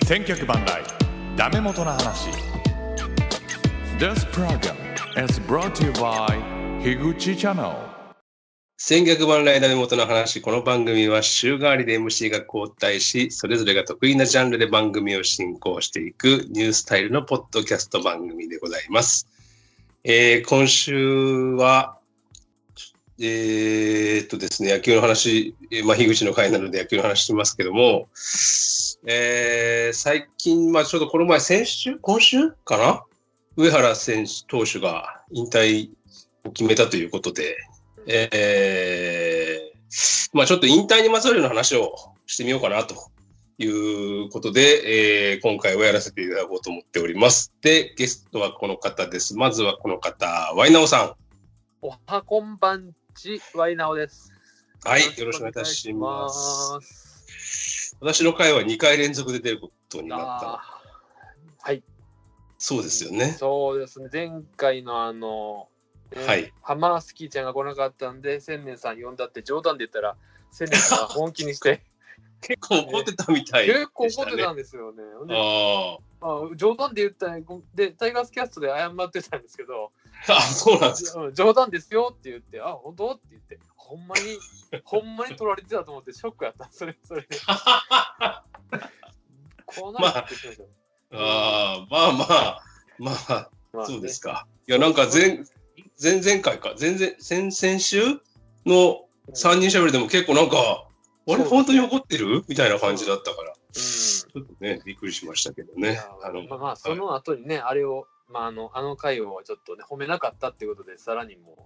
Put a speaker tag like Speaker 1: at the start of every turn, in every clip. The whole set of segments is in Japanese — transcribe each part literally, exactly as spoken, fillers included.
Speaker 1: 千脚万来ダメ元の話。 This program is brought to you by 樋口チャンネル。
Speaker 2: 千脚万来ダメ元の話。この番組は週替わりで エムシー が交代し、それぞれが得意なジャンルで番組を進行していくニュースタイルのポッドキャスト番組でございます。えー、今週はえー、っとですね、野球の話、まあ、樋口の会なので野球の話してますけども、えー、最近、まあ、ちょっとこの前、先週今週かな、上原選手投手が引退を決めたということで、えー、まあ、ちょっと引退にまつわるような話をしてみようかなということで、えー、今回はやらせていただこうと思っております。で、ゲストはこの方です。まずはこの方、ワイナオさん。
Speaker 3: おはこんばんち、ワイナオです。
Speaker 2: はい、よろしくお願いいたします。私の回はにかい連続で出ることになった
Speaker 3: はい。
Speaker 2: そうですよね。
Speaker 3: そうですね。前回のあの、ね、
Speaker 2: はい、
Speaker 3: ハマースキーちゃんが来なかったんで、千年さん呼んだって冗談で言ったら、千年さんが本気にして。
Speaker 2: 結構怒ってたみたいでしたね。
Speaker 3: 結構怒ってたんですよね。
Speaker 2: あ
Speaker 3: あ冗談で言ったね。で、タイガースキャストで謝ってたんですけど、
Speaker 2: あ、そうなんですか。
Speaker 3: 冗談ですよって言って、あ、本当って言って、ほんまに、ほんまに取られてたと思ってショックやった。それ、それで。こうなってきました。
Speaker 2: まあ、あまあまあ、まあ、まあ、そうですか。いや、なんか前、前々回か、前々、先々週のさんにんしゃべりでも結構なんか、あれ、本当に怒ってるみたいな感じだったから、うん、ちょっとね、びっくりしましたけどね。
Speaker 3: あのまあ、まあ、その後にね、はい、あれを、まあ、あの、あの回をちょっとね、褒めなかったっていうことで、さらにもう。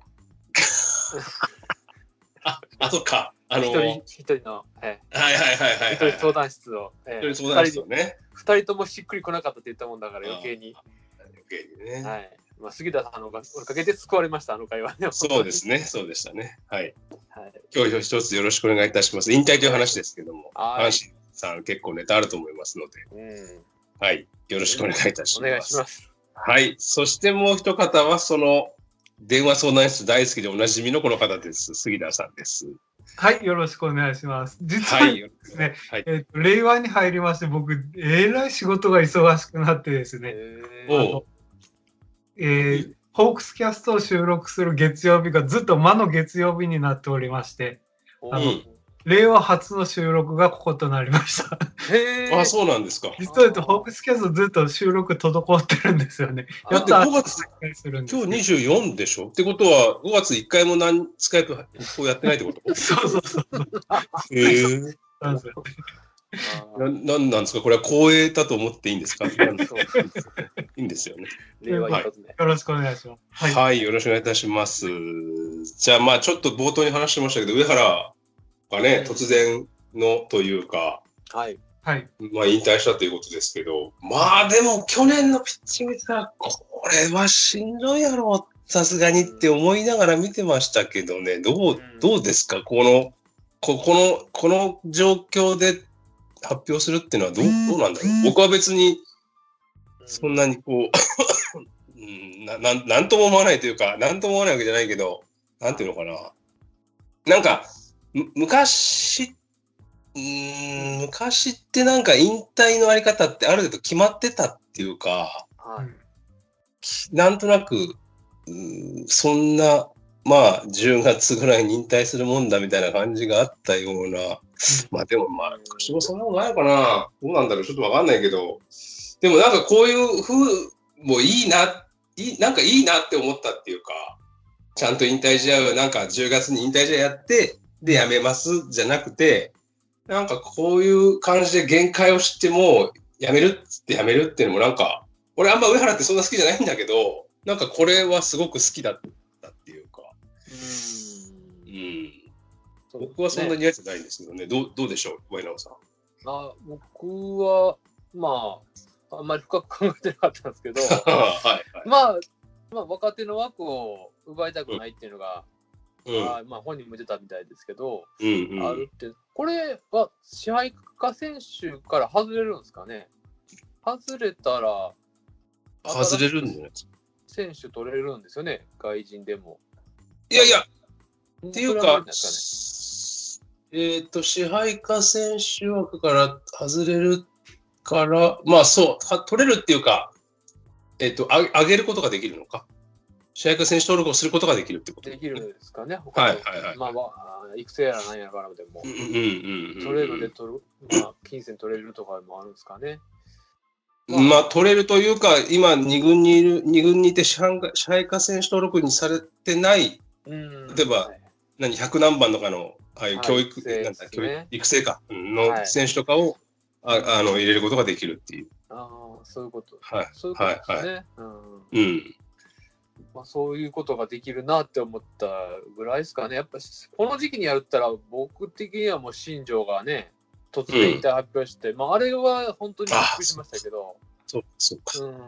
Speaker 2: あ、あとか、あの、
Speaker 3: 一人、一人の、え
Speaker 2: ー、はいはいはいはい。
Speaker 3: 一人相談室を、
Speaker 2: えー、一人相談室をね。
Speaker 3: 二人ともしっくりこなかったって言ったもんだから余計に。
Speaker 2: 余計にね。
Speaker 3: はい。まあ、杉田さんのおかげで救われました、あの会話ね。
Speaker 2: そうですね、そうでしたね。はい。はい、今日一つよろしくお願いいたします。引退という話ですけども、阪神さん結構ネタあると思いますので、うん、はい。よろしくお願いいたします。
Speaker 3: お願いします。
Speaker 2: はい。そしてもう一方は、その、電話相談室大好きでおなじみのこの方です。杉田さんです。
Speaker 4: はい、よろしくお願いします。実はですね、はい、えーと、令和に入りまして、僕、えらい仕事が忙しくなってですね、おえー、ホークスキャストを収録する月曜日がずっと魔の月曜日になっておりまして、あの、うん、令和初の収録がこことなりました。
Speaker 2: へあ、そうなんですか。
Speaker 4: 実は言うと、ホークスキャストずっと収録滞ってるんですよね。
Speaker 2: だってごがつ、今日にじゅうよっかでしょってことは、ごがついっかいも何スカイプをやってないってこと
Speaker 4: そうそうそう。
Speaker 2: へぇなんですよ。な、なんなんですかこれは光栄だと思っていいんですかいいんですよね。
Speaker 3: はい、
Speaker 4: よろしくお願いします。
Speaker 2: はい、はい、よろしくお願いいたします。じゃあ、まあちょっと冒頭に話してましたけど、上原がね、突然のというか、
Speaker 3: はい。
Speaker 4: はい。
Speaker 2: まあ引退したということですけど、まあでも去年のピッチングさ、これはしんどいやろ、さすがにって思いながら見てましたけどね、どう、どうですかこの、こ、この、この状況で発表するっていうのはどう、どうなんだろう。僕は別に、そんなにこう、うん、な、なん、なんとも思わないというか、なんとも思わないわけじゃないけど、なんていうのかな。なんか、昔、うーん、昔ってなんか引退のあり方ってある程度決まってたっていうか、はい、なんとなく、うん、そんな、まあ、じゅうがつぐらいに引退するもんだみたいな感じがあったような、うん、まあでもまあ、昔もそんなことないのかな。どうなんだろう、ちょっとわかんないけど、でもなんかこういう風もいいな、いい、なんかいいなって思ったっていうか、ちゃんと引退試合をなんかじゅうがつに引退試合やって、でやめますじゃなくて、なんかこういう感じで限界を知ってもやめるってやめるっていうのもなんか、俺あんま上原ってそんな好きじゃないんだけど、なんかこれはすごく好きだったっていうか、うん、うん、僕はそんなにやつないんですけどね、どう、どうでしょう、上直さん。
Speaker 3: あ、僕はまああんまり深く考えてなかったんですけど、
Speaker 2: はいはい、
Speaker 3: まあまあ若手の枠を奪いたくないっていうのが。うん、あまあ本人も出たみたいですけど、
Speaker 2: うんうん、
Speaker 3: あるってこれは支配下選手から外れるんですかね。外れたら
Speaker 2: 外れるんじゃないですか。
Speaker 3: 選手取れるんですよね、外人でも。
Speaker 2: いやいやっていうか、えっと支配下選手枠から外れるから、まあそう、取れるっていうか、えっと、上げることができるのか。試合か選手登録をすることができるってこと
Speaker 3: できるんですかね。
Speaker 2: はいはいはい。
Speaker 3: まあまあ、育成やらなんやからでも、
Speaker 2: うんうんうんうん、
Speaker 3: トレードで取る、まあ、金銭取れるとかもあるんですかね。
Speaker 2: まあ、まあ、取れるというか、今、に軍にいる、に軍にいて支配下選手登録にされてない、うん、例えば、はい、何、ひゃく何番とかの、ああいう教育、はい、なんだ、ね、教育育成かの選手とかを、はい、ああの入れることができるっていう。
Speaker 3: ああ、そういうこと。
Speaker 2: はい。
Speaker 3: そういうことですね。はいはい、うん。うんまあ、そういうことができるなって思ったぐらいですかね。やっぱこの時期にやるったら僕的にはもう新庄がね突然引退発表して、うんまあ、あれは本当にびっくりしましたけど
Speaker 2: そうそうか、
Speaker 3: うん、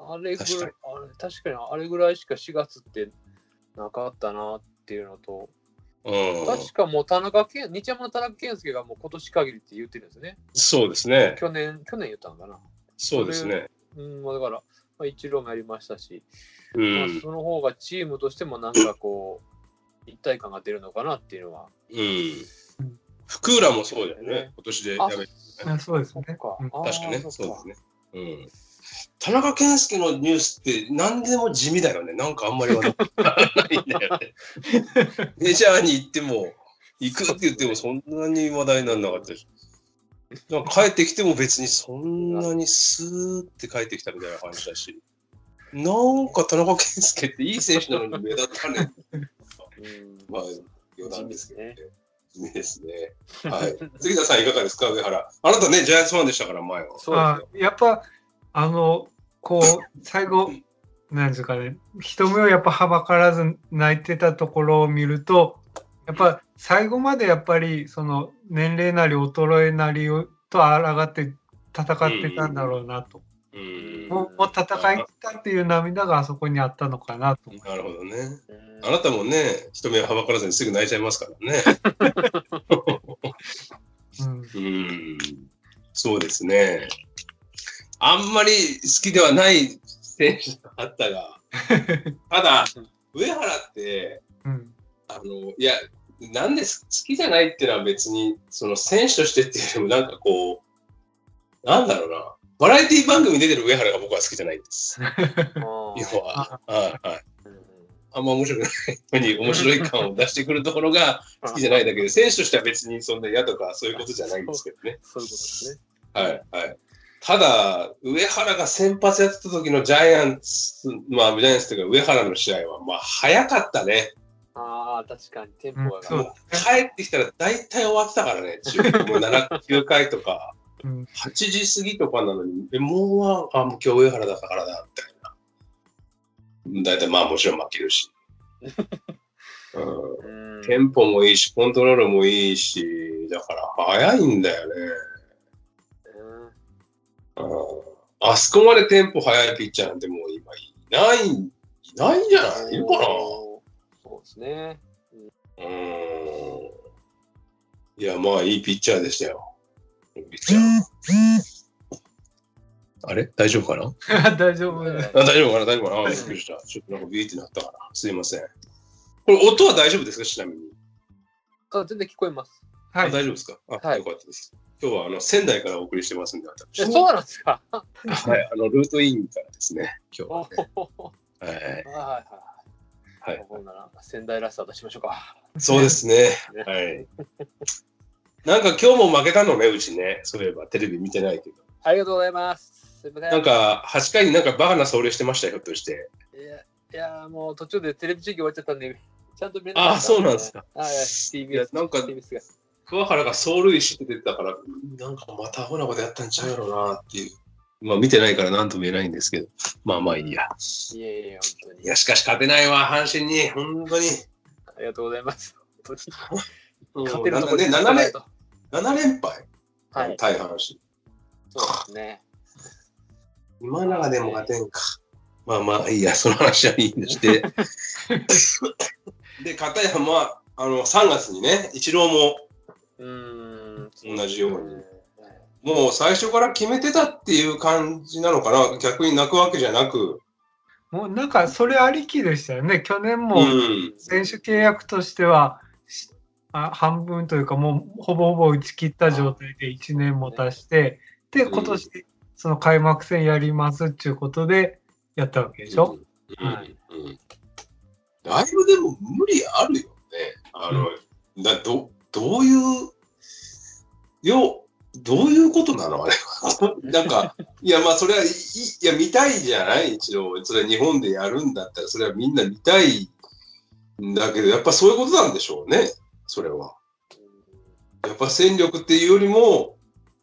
Speaker 3: あれぐらい確かにあれ確かにあれぐらいしかしがつってなかったなっていうのと、うん、確かもう田中健日山の田中健介がもう今年限りって言ってるんですね。
Speaker 2: そうですね。
Speaker 3: 去年去年言ったのかな。
Speaker 2: そうですね。
Speaker 3: うん、だから、まあ、一郎もやりましたし。うんまあ、その方がチームとしてもなんかこう一体感が出るのかなっていうのは。
Speaker 2: うん。福浦もそうだよね。今年でやめて、
Speaker 4: ね。そうですね。
Speaker 2: 確かね。そうですね。うん。田中健介のニュースって何でも地味だよね。なんかあんまり話題ないんだよね。メジャーに行っても行くって言ってもそんなに話題にならなかったし。なんか帰ってきても別にそんなにスーって帰ってきたみたいな感じだし。なんか田中健介っていい選手なのに目立ったね。うん、まあ余談ですけどね。地味ですね。はい。杉田さんいかがですか上原。あなたねジャイアンツファンでしたから前は。
Speaker 4: そうあやっぱあのこう最後なんですかね人目をやっぱはばからず泣いてたところを見るとやっぱ最後までやっぱりその年齢なり衰えなりをと抗って戦ってたんだろうなと。うんうんもう、もう戦い切ったっていう涙があそこにあったのかなと思います。
Speaker 2: なるほどね。あなたもね、人目をはばからずにすぐ泣いちゃいますからね。うん、うんそうですね。あんまり好きではない選手があったが、ただ、上原って、うん、あの、いや、なんで好きじゃないっていうのは別に、その選手としてっていうよりもなんかこう、なんだろうな。バラエティ番組に出てる上原が僕は好きじゃないんです。要は、はいはい。あんま面白くないのに面白い感を出してくるところが好きじゃないだけで、選手としては別にそんな嫌とかそういうことじゃないんですけどね。
Speaker 3: そういうことですね。
Speaker 2: はいはい。ただ、上原が先発やってた時のジャイアンツ、まあジャイアンツというか上原の試合はまあ早かったね。
Speaker 3: ああ、確かにテンポが、
Speaker 2: うん。帰ってきたら大体終わってたからね。なな、きゅうかいとか。はちじ過ぎとかなのに、え、もうは、あ、もう今日上原だからだ、みたいな。だいたいまあもちろん負けるし。うん、テンポもいいし、コントロールもいいし、だから早いんだよね。うん、あそこまでテンポ速いピッチャーなんてもう今いない、いないんじゃないいるかな
Speaker 3: そうですね。
Speaker 2: うん。いや、まあいいピッチャーでしたよ。あれ大丈夫かな
Speaker 4: 大丈夫。
Speaker 2: あ、大丈夫かな大丈夫かなあ、びっくりした。ちょっとなんかビーってなったから。すいません。これ音は大丈夫ですかちなみに。
Speaker 3: あ、全然聞こえます。
Speaker 2: はい。大丈夫ですかあ、はい、よかったです。今日はあの仙台からお送りしてますんで、
Speaker 3: 私。え、そうなんですか
Speaker 2: はい。あの、ルートインからですね、今日は、ね。はい。はいはい
Speaker 3: はい。ほんなら仙台らしさ出しましょうか。
Speaker 2: そうですね。はい。なんか今日も負けたのね、うちね。そういえばテレビ見てないけど。
Speaker 3: ありがとうございます。
Speaker 2: すみません。なんかはちかいになんかバカな走塁してましたよ、ひょっとして。
Speaker 3: いや、いやもう途中でテレビ中継終わっちゃったんで、ちゃんと見れ
Speaker 2: なかった、ね。ああ、そうなんですか。
Speaker 3: はい、ティービーエス。
Speaker 2: なんか、桑原が走塁して出てたから、なんかまたアホなことやったんちゃうやろうなっていう。まあ見てないから何とも言えないんですけど。まあまあいいや。
Speaker 3: いやいや、本当に。
Speaker 2: いや、しかし勝てないわ、阪神に。本当に。
Speaker 3: ありがとうございます。本当に。
Speaker 2: 勝てるとこでなな連敗、はい、大阪市。
Speaker 3: そうですね。
Speaker 2: 今永でも勝てんか。まあまあいいや、その話はいいんでして。で、片山はあのさんがつにね、イチローもうん同じように。もう最初から決めてたっていう感じなのかな。逆に泣くわけじゃなく。
Speaker 4: もうなんかそれありきでしたよね。去年も選手契約としては、あ半分というかもうほぼほぼ打ち切った状態でいちねんも足してで、今年、うん、その開幕戦やりますっていうことでやったわけでしょ。うんうんうん、はい。
Speaker 2: だいぶでも無理あるよね。あの、うん、だどどういうよどういうことなのあれは。なんかいやまあそれはいいや見たいじゃない一応それは日本でやるんだったらそれはみんな見たいんだけどやっぱそういうことなんでしょうねそれは。やっぱ戦力っていうよりも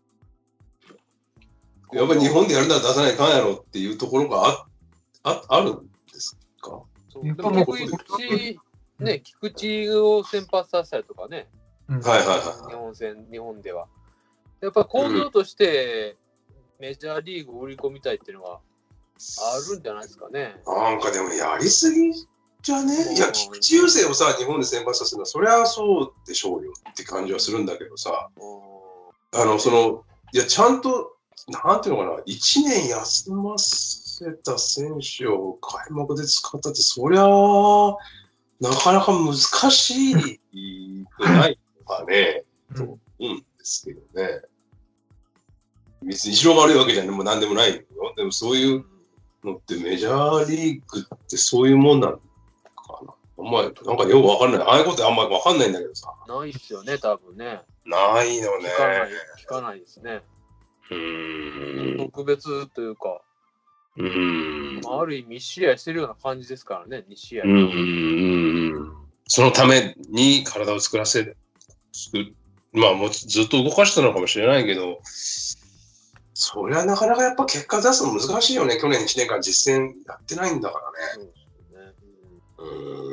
Speaker 2: やっぱり日本でやるなら出さないかんやろっていうところが あ, あ, あるんですか。
Speaker 3: でも菊池ね菊池を先発させたりとかね。
Speaker 2: はいはいはい。
Speaker 3: 日本戦日本ではやっぱ構造としてメジャーリーグを売り込みたいっていうのはあるんじゃないですかね。
Speaker 2: なんかでもやりすぎじゃね。いや菊池雄星をさ日本で先発させるのはそりゃそうでしょうよって感じはするんだけどさ。あのそのいやちゃんとなんていうのかないちねん休ませた選手を開幕で使ったってそりゃなかなか難しいくないのかねと思うんですけどね。別に一郎が悪いわけじゃもう何でもないよ。でもそういうのってメジャーリーグってそういうもんなのかな。あんまりなんかよくわかんない。ああいうことあんまりわかんないんだけどさ。
Speaker 3: ないっすよね多分ね。
Speaker 2: ないのね。
Speaker 3: 聞かない聞かないですね。
Speaker 2: うーん
Speaker 3: 特別というか、
Speaker 2: うーん
Speaker 3: まあ、ある意味いち試合してるような感じですからね、に試合。
Speaker 2: うんうんそのために体を作らせる、まあもうずっと動かしたのかもしれないけど、それはなかなかやっぱ結果出すの難しいよね。去年いちねんかん実戦やってないんだからね。うん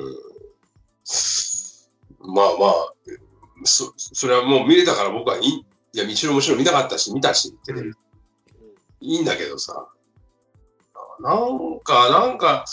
Speaker 2: うんまあまあそ、それはもう見れたから僕はいい。いや、一郎もちろん見たかったし、見たし、テレビ。いいんだけどさ。なんか、なんか、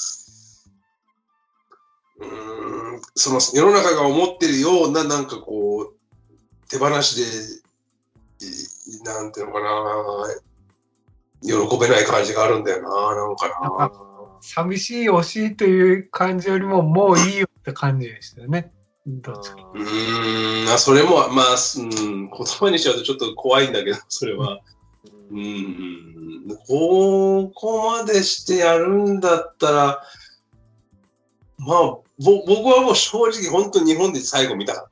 Speaker 2: うーん、その世の中が思ってるような、なんかこう、手放しで、なんていうのかな、喜べない感じがあるんだよな、なんかな。なんか
Speaker 4: 寂しい、惜しいという感じよりも、もういいよって感じでしたよね。どっちか。
Speaker 2: うーん、それも、まあ、うん、言葉にしちゃうとちょっと怖いんだけど、それは。うん、ここまでしてやるんだったら、まあ、ぼ僕はもう正直、本当に日本で最後見たかった。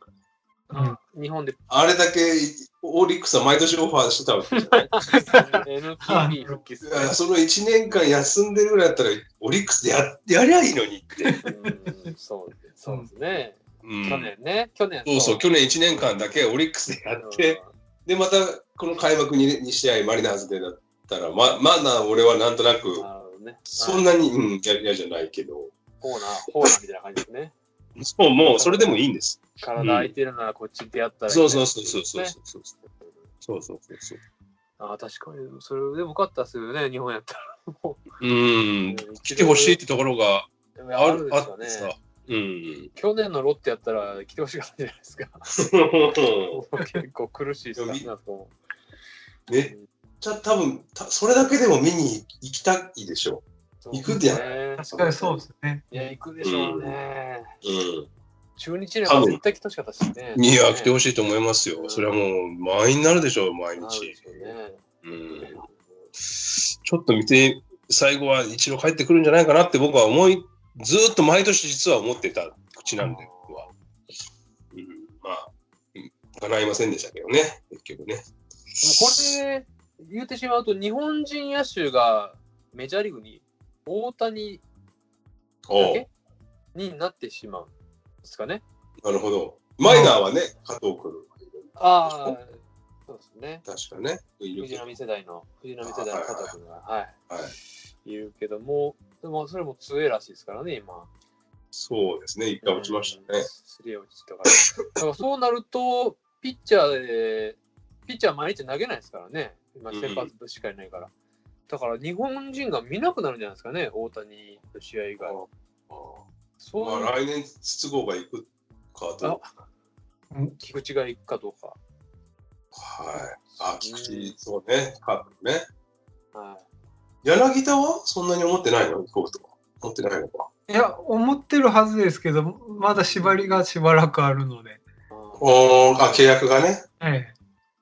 Speaker 3: うん、日本で。
Speaker 2: あれだけオリックスは毎年オファーしてたわけじゃない。
Speaker 3: エヌピービー 復帰する。
Speaker 2: そのいちねんかん休んでるぐらいだったら、オリックスで や, やりゃいいのにって。
Speaker 3: うんそうそうですね。うん、去年ね、去年
Speaker 2: そうそう、去年いちねんかんだけオリックスでやって、で、またこの開幕 2, に試合マリナーズでだったら、ままだ俺はなんとなく、ね、そんなに、うん、嫌じゃないけど。
Speaker 3: ホーナー、ホーナーみたいな感じですね。
Speaker 2: そう、もうそれでもいいんです。
Speaker 3: 体空いてるならこっちってやったらいい、
Speaker 2: ね、うん、そうそうそうそうそうそう。そうそうそうそう。
Speaker 3: ああ、確かに、それでもよかったですよね、日本やったら。
Speaker 2: うん、来てほしいってところがある、あってさ。うん、
Speaker 3: 去年のロッテやったら来てほしかったじゃないですか。結構苦しいですなと。
Speaker 2: めっちゃ多分たそれだけでも見に行きたいでしょ。行くで、
Speaker 4: ね、確かにそうですね。
Speaker 3: いや行くでしょうね。
Speaker 2: うん。
Speaker 3: 中日には絶対来てほしかったしね。
Speaker 2: いや来てほしいと思いますよ。それはもう満員になるでしょう毎日。
Speaker 3: ね、
Speaker 2: うん。ちょっと見て最後は一度帰ってくるんじゃないかなって僕は思い。ずーっと毎年実は思ってた口なんで、僕は。うん、まあ、叶いませんでしたけどね、結局ね。
Speaker 3: でもこれ、言ってしまうと、日本人野手がメジャーリーグに大谷だけになってしまうんですかね。
Speaker 2: なるほど。マイナーはね、加藤君。
Speaker 3: ああ、そうですね。
Speaker 2: 確かね。
Speaker 3: 藤波世代の、藤波世代の加藤君が、はい。はい言うけども、でもそれも強いらしいですからね、今。
Speaker 2: そうですね、一回落ちましたね。
Speaker 3: スリー落ちたから。だからそうなると、ピッチャーで、ピッチャー毎日投げないですからね、今、先発しかいないから。うん、だから日本人が見なくなるんじゃないですかね、大谷の試合以外。ああ
Speaker 2: そうまあ、来年、筒香が行くかどうか。
Speaker 3: 菊池が行くかどうか。
Speaker 2: はい。あ、菊池、そうね、カープね。
Speaker 3: はい。
Speaker 2: 柳田はそんなに思ってないの？行こうとか思ってないのか。
Speaker 4: いや、思ってるはずですけど、まだ縛りがしばらくあるので。
Speaker 2: おー、あ、契約がね。
Speaker 4: ええ。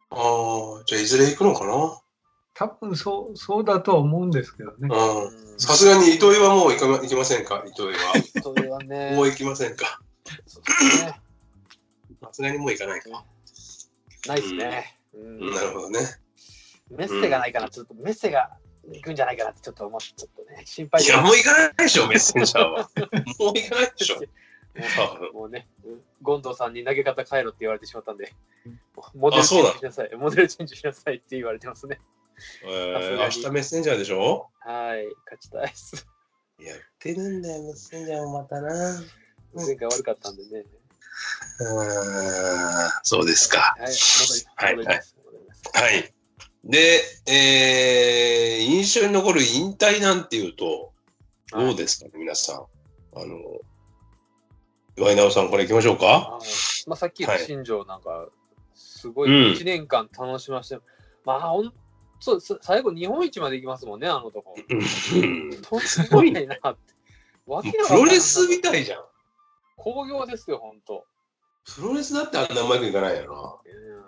Speaker 2: ああ、じゃあいずれ行くのかな。
Speaker 4: 多分そう、そうだとは思うんですけどね。
Speaker 2: さすがに糸井はもう行か、行きませんか、糸井は。
Speaker 3: 糸井はね。
Speaker 2: もう行きませんか。
Speaker 3: そうですね。
Speaker 2: さすがにもう行かないか。
Speaker 3: ないですね。
Speaker 2: うん、なるほどね。
Speaker 3: メッセがないかな、ちょっとメッセが行くんじゃないかなってちょっと思って、ちょっとね、心配。
Speaker 2: いや、もう行かないでしょ、メッセンジャーは。もう行かないでしょ。
Speaker 3: もうね、権藤さんに投げ方変えろって言われてしまったんで、モデルチェンジしなさい、モデルチェンジしなさいって言われてますね。
Speaker 2: えー、明日メッセンジャーでしょ。
Speaker 3: はい、勝ちたいです。
Speaker 2: やってるんだよ、メッセンジャーもまたな。
Speaker 3: 前回悪かったんでね。
Speaker 2: ああ、そうですか。
Speaker 3: はい、戻ります。
Speaker 2: はい。で、えー、印象に残る引退なんていうと、どうですかね、はい、皆さん。あの、岩井直さん、これ行きましょうか。
Speaker 3: あ、まあ、さっき言った新庄なんか、すごいいちねんかん楽しませて、うん、まあ、ほんそう最後、日本一まで行きますもんね、あのとこ。すごいなって。
Speaker 2: プロレスみたいじゃん。
Speaker 3: 興行ですよ、ほんと。
Speaker 2: プロレスだってあんなうまくいかないよな。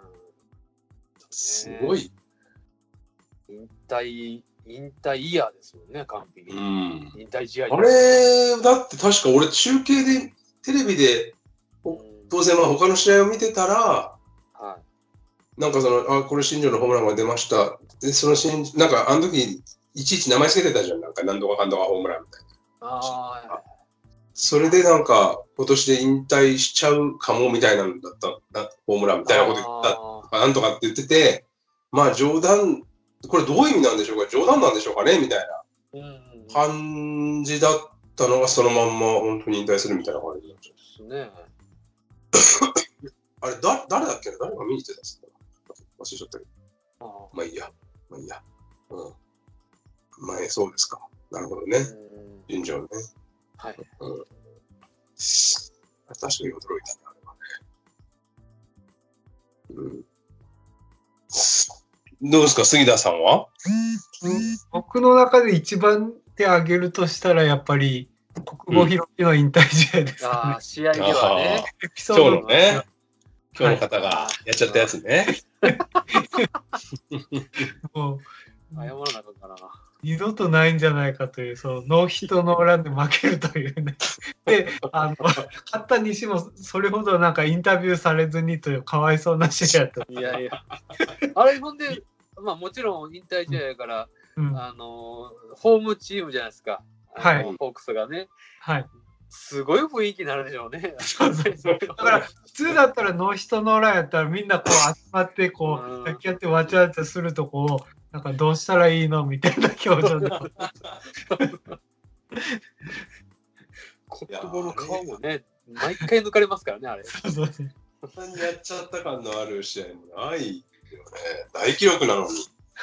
Speaker 2: すごい。
Speaker 3: 引退、引退イヤーですもんね、完璧に。うん、引退試合。
Speaker 2: あれ、だって確か俺、中継で、テレビで、うん、当然、まあ他の試合を見てたら、はい、なんかその、あ、これ新庄のホームランが出ました。で、その新、なんかあの時、いちいち名前つけてたじゃん。なんか何度かかん度かホームランみたいな。あそれでなんか、今年で引退しちゃうかもみたいなんだった、ホームランみたいなこと言ったとか、なんとかって言ってて、まあ冗談、これどういう意味なんでしょうか、冗談なんでしょうかねみたいな感じだったのが、そのまんま本当に引退するみたいな感じだったですね。あれ、だ誰だっけな、誰が見に来てたんですか、忘れちゃったけど。まあいいや、まあいいや。うん。まあそうですか。なるほどね。順調ね。はい。うん、確かに驚いたな、あれはね。うん。どうですか、杉田さんは？
Speaker 4: うん、僕の中で一番手挙げるとしたら、やっぱり、国母弘樹の引退試合ですかね。
Speaker 3: ああ、試合ではね。
Speaker 2: 今日のね、今日の方がやっちゃったやつね。
Speaker 3: もう、謝らなかったな。
Speaker 4: 二度とないんじゃないかという、そのノーヒットノーランで負けるというね。で、あの、勝った西もそれほどなんかインタビューされずにというかわいそうな試合だった。
Speaker 3: いやいや。あれ、ほんで、まあもちろん引退試合やから、うん、あの、ホームチームじゃないですか。
Speaker 4: はい。
Speaker 3: ホークスがね。
Speaker 4: はい。
Speaker 3: すごい雰囲気になるでしょうね。
Speaker 4: だから普通だったらノーヒットノーランやったらみんなこう集まってこう抱き合ってわちゃわちゃするとこうなんかどうしたらいいのみたいな表情で。
Speaker 3: 国語の顔もね、毎回抜かれますからね、あれ。
Speaker 4: そうそうそう。
Speaker 2: そんなにやっちゃった感のある試合もないよね。大記録なのに。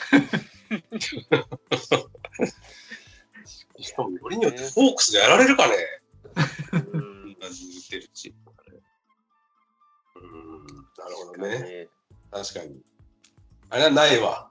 Speaker 2: しかもよりによってホークスでやられるかね。うん。似てるチームがね。うん。なるほどね。確かに。あれはないわ。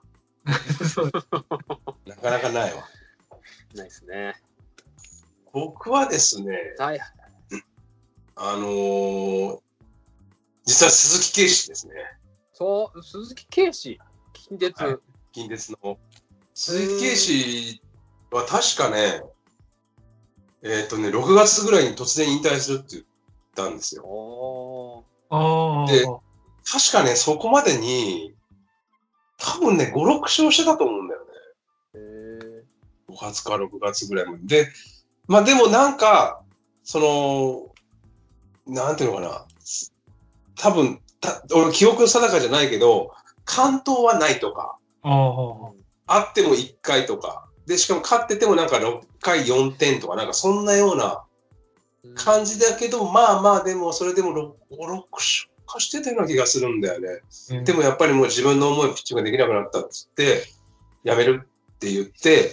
Speaker 2: なかなかないわ。
Speaker 3: ないですね。
Speaker 2: 僕はですね、
Speaker 3: はい、
Speaker 2: あのー、実は鈴木啓士ですね。
Speaker 3: そう、鈴木啓士、近鉄、はい。
Speaker 2: 近鉄の。鈴木啓士は確かね、えっ、ー、とね、ろくがつぐらいに突然引退するって言ったんですよ。
Speaker 4: お
Speaker 2: で、確かね、そこまでに、多分ね、ご、ろく勝してたと思うんだよね。へごがつかろくがつぐらいまで。で、まあでもなんか、その、なんていうのかな。多分、た俺記憶定かじゃないけど、完投はないとか、あってもいっかいとか、で、しかも勝っててもなんかろっかいよんてんとか、なんかそんなような感じだけど、うん、まあまあでもそれでもろく、ろく勝化してたような気がするんだよね。うん、でもやっぱりもう自分の思いピッチングができなくなったっつって、やめるって言って、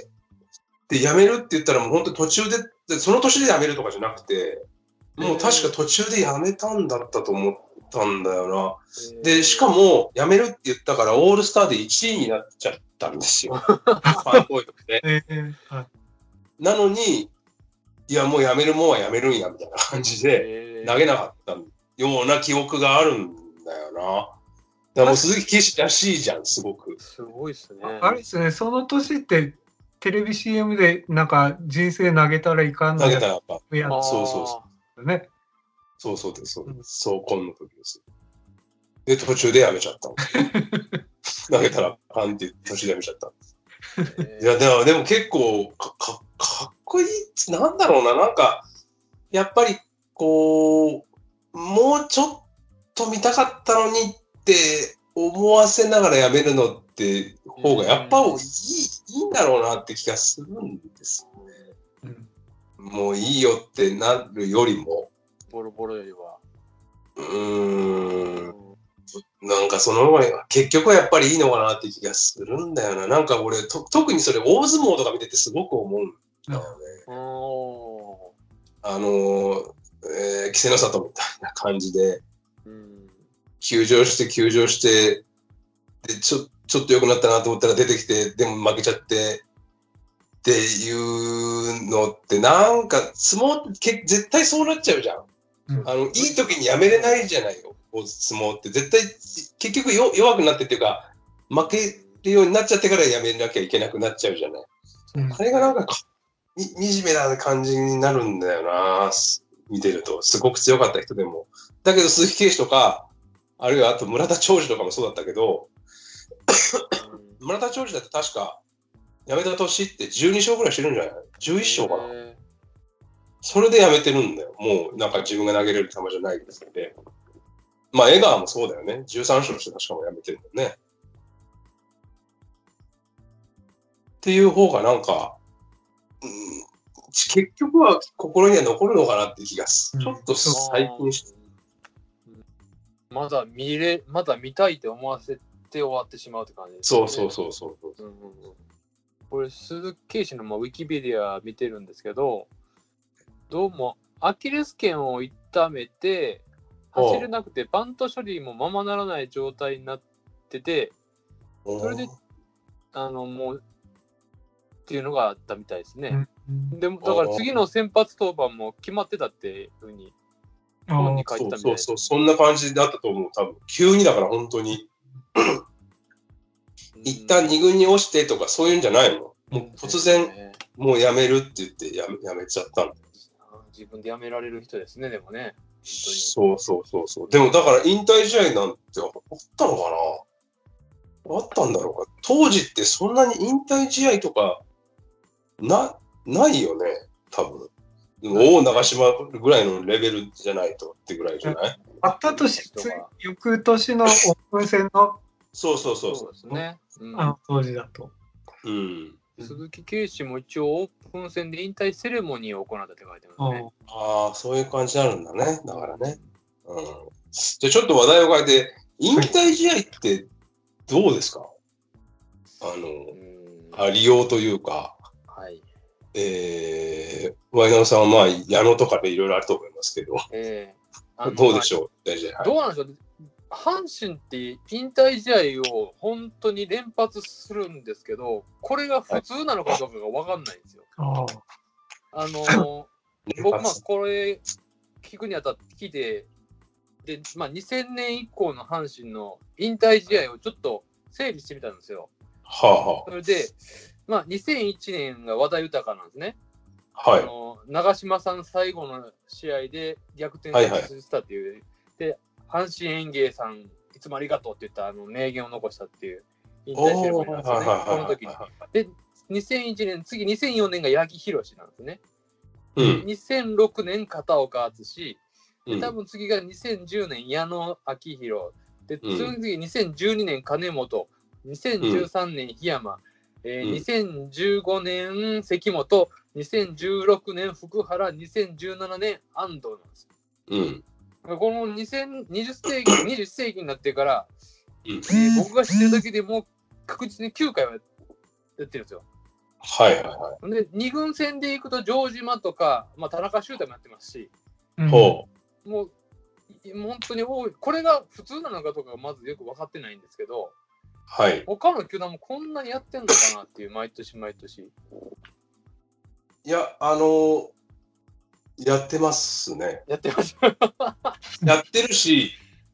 Speaker 2: で、やめるって言ったらもう本当途中で、その年でやめるとかじゃなくて、もう確か途中でやめたんだったと思ったんだよな。で、しかも、やめるって言ったからオールスターでいちいになっちゃったんですよ。ファンっぽい時ね。なのに、いや、もうやめるもんはやめるんや、みたいな感じで投げなかったような記憶があるんだよな。 だからもう鈴木圭司らしいじゃん、すごく。
Speaker 3: すごいっすね。
Speaker 4: あれですね、その年ってテレビ シーエム でなんか人生投げたらいかんの
Speaker 2: 投げたらあかん。
Speaker 4: やつ
Speaker 2: そうそうそう。
Speaker 4: ね。
Speaker 2: そうそうです、そうです。そう、こんな時です。で、途中でやめちゃったの。投げたらあかんって途中でやめちゃったんです。いや、でも、でも結構か、か、かっこいい、なんだろうな、なんか、やっぱり、こう、もうちょっと見たかったのにって思わせながらやめるのって方がやっぱいい、いいんだろうなって気がするんですよね。うん、もういいよってなるよりも。
Speaker 3: ボロボロよりは。
Speaker 2: うーん。なんかその方が結局はやっぱりいいのかなって気がするんだよな。なんか俺と、特にそれ大相撲とか見ててすごく思うんだよね。あのー、えー、稀勢の里みたいな感じで、うん、休場して休場して、で、ちょ、ちょっと良くなったなと思ったら出てきて、でも負けちゃって、っていうのって、なんか、相撲って絶対そうなっちゃうじゃん。うん、あの、いい時にやめれないじゃないよ、相撲って。絶対、結局よ弱くなってっていうか、負けるようになっちゃってからやめなきゃいけなくなっちゃうじゃない。うん、あれがなんか、惨めな感じになるんだよな、見てると。すごく強かった人でも。だけど鈴木圭司とか、あるいはあと村田兆治とかもそうだったけど、村田兆治だって確か、辞めた年ってじゅうに勝ぐらいしてるんじゃない ?じゅういち 勝かな。それで辞めてるんだよ。もうなんか自分が投げれる球じゃないですので。まあ江川もそうだよね。じゅうさん勝して確かも辞めてるもんね。っていう方がなんか、うん、結局は心には残るのかなって気がする。ちょっと最近して。
Speaker 3: まだ見れ、まだ見たいって思わせて終わってしまうって感じです
Speaker 2: ね。そうそうそうそう。うんうんうん、
Speaker 3: これ、鈴木圭司のまあウィキペディア見てるんですけど、どうもアキレス腱を痛めて、走れなくて、バント処理もままならない状態になってて、それで、あの、もう、っていうのがあったみたいですね。でも、だから次の先発登板も決まってたっていうふうに、本に書いてたみたいです。
Speaker 2: そうそうそう、そんな感じだったと思う、多分。急にだから本当に。一旦二軍に押してとかそういうんじゃないの。もう突然、もうやめるって言ってやめ、やめちゃったんだ。
Speaker 3: 自分でやめられる人ですね、でもね。
Speaker 2: そうそうそうそう。でもだから引退試合なんてあったのかな、あったんだろうか。当時ってそんなに引退試合とかな、ないよね、多分。大長島ぐらいのレベルじゃないとってぐらいじゃない？
Speaker 4: あったとし、翌年のオープン戦の
Speaker 2: そうそうそう
Speaker 3: そうですね。
Speaker 4: うん、あの当時だと。
Speaker 2: うん。
Speaker 3: 鈴木圭司も一応オープン戦で引退セレモニーを行ったって書いてますね。
Speaker 2: ああ、そういう感じになるんだね。だからね。うん。じゃあちょっと話題を変えて、引退試合ってどうですか？あの、ありようというか。
Speaker 3: はい。
Speaker 2: えー、ワイナオさんはまあ、矢野とかでいろいろあると思いますけど。えー、どうでしょう、大事。
Speaker 3: どうなんでしょう。阪神って引退試合を本当に連発するんですけど、これが普通なのかどうかが分かんないんですよ。あ, あの僕、まあ、これ聞くにあたって聞いて、で、まあ、にせんねん以降の阪神の引退試合をちょっと整理してみたんですよ。
Speaker 2: はあはあ、
Speaker 3: それで、まあ、にせんいちねんが話題豊なんですね。
Speaker 2: はい、
Speaker 3: あの長嶋さん最後の試合で逆転したっていう。はいはい、で阪神園芸さん、いつもありがとうって言ったあの名言を残したっていう引退セレモニーなんですよね、この時に。で、にせんいちねん、次にせんよねんが八木宏なんですね。うん、にせんろくねん、片岡敦、で多分次がにせんじゅうねん、矢野昭弘、で、その次にせんじゅうにねん、金本、にせんじゅうさんねん、檜山、うんえー、にせんじゅうごねん、関本、にせんじゅうろくねん、福原、にせんじゅうななねん、安藤なんです。
Speaker 2: うん
Speaker 3: このにじゅっ世紀、にじゅっ世紀になってから、うんえー、僕が知ってるだけでもう確実にきゅうかいはやってるんですよ。
Speaker 2: はいはいはい。
Speaker 3: で、に軍戦で行くと城島とか、まあ、田中修太もやってますし、
Speaker 2: うん、も
Speaker 3: う本当に多い。これが普通なのかどうかがまずよく分かってないんですけど、
Speaker 2: はい、
Speaker 3: 他の球団もこんなにやってんのかなっていう、毎年毎年。
Speaker 2: いや、あのー、やってますね。
Speaker 3: やってます。
Speaker 2: やってるし、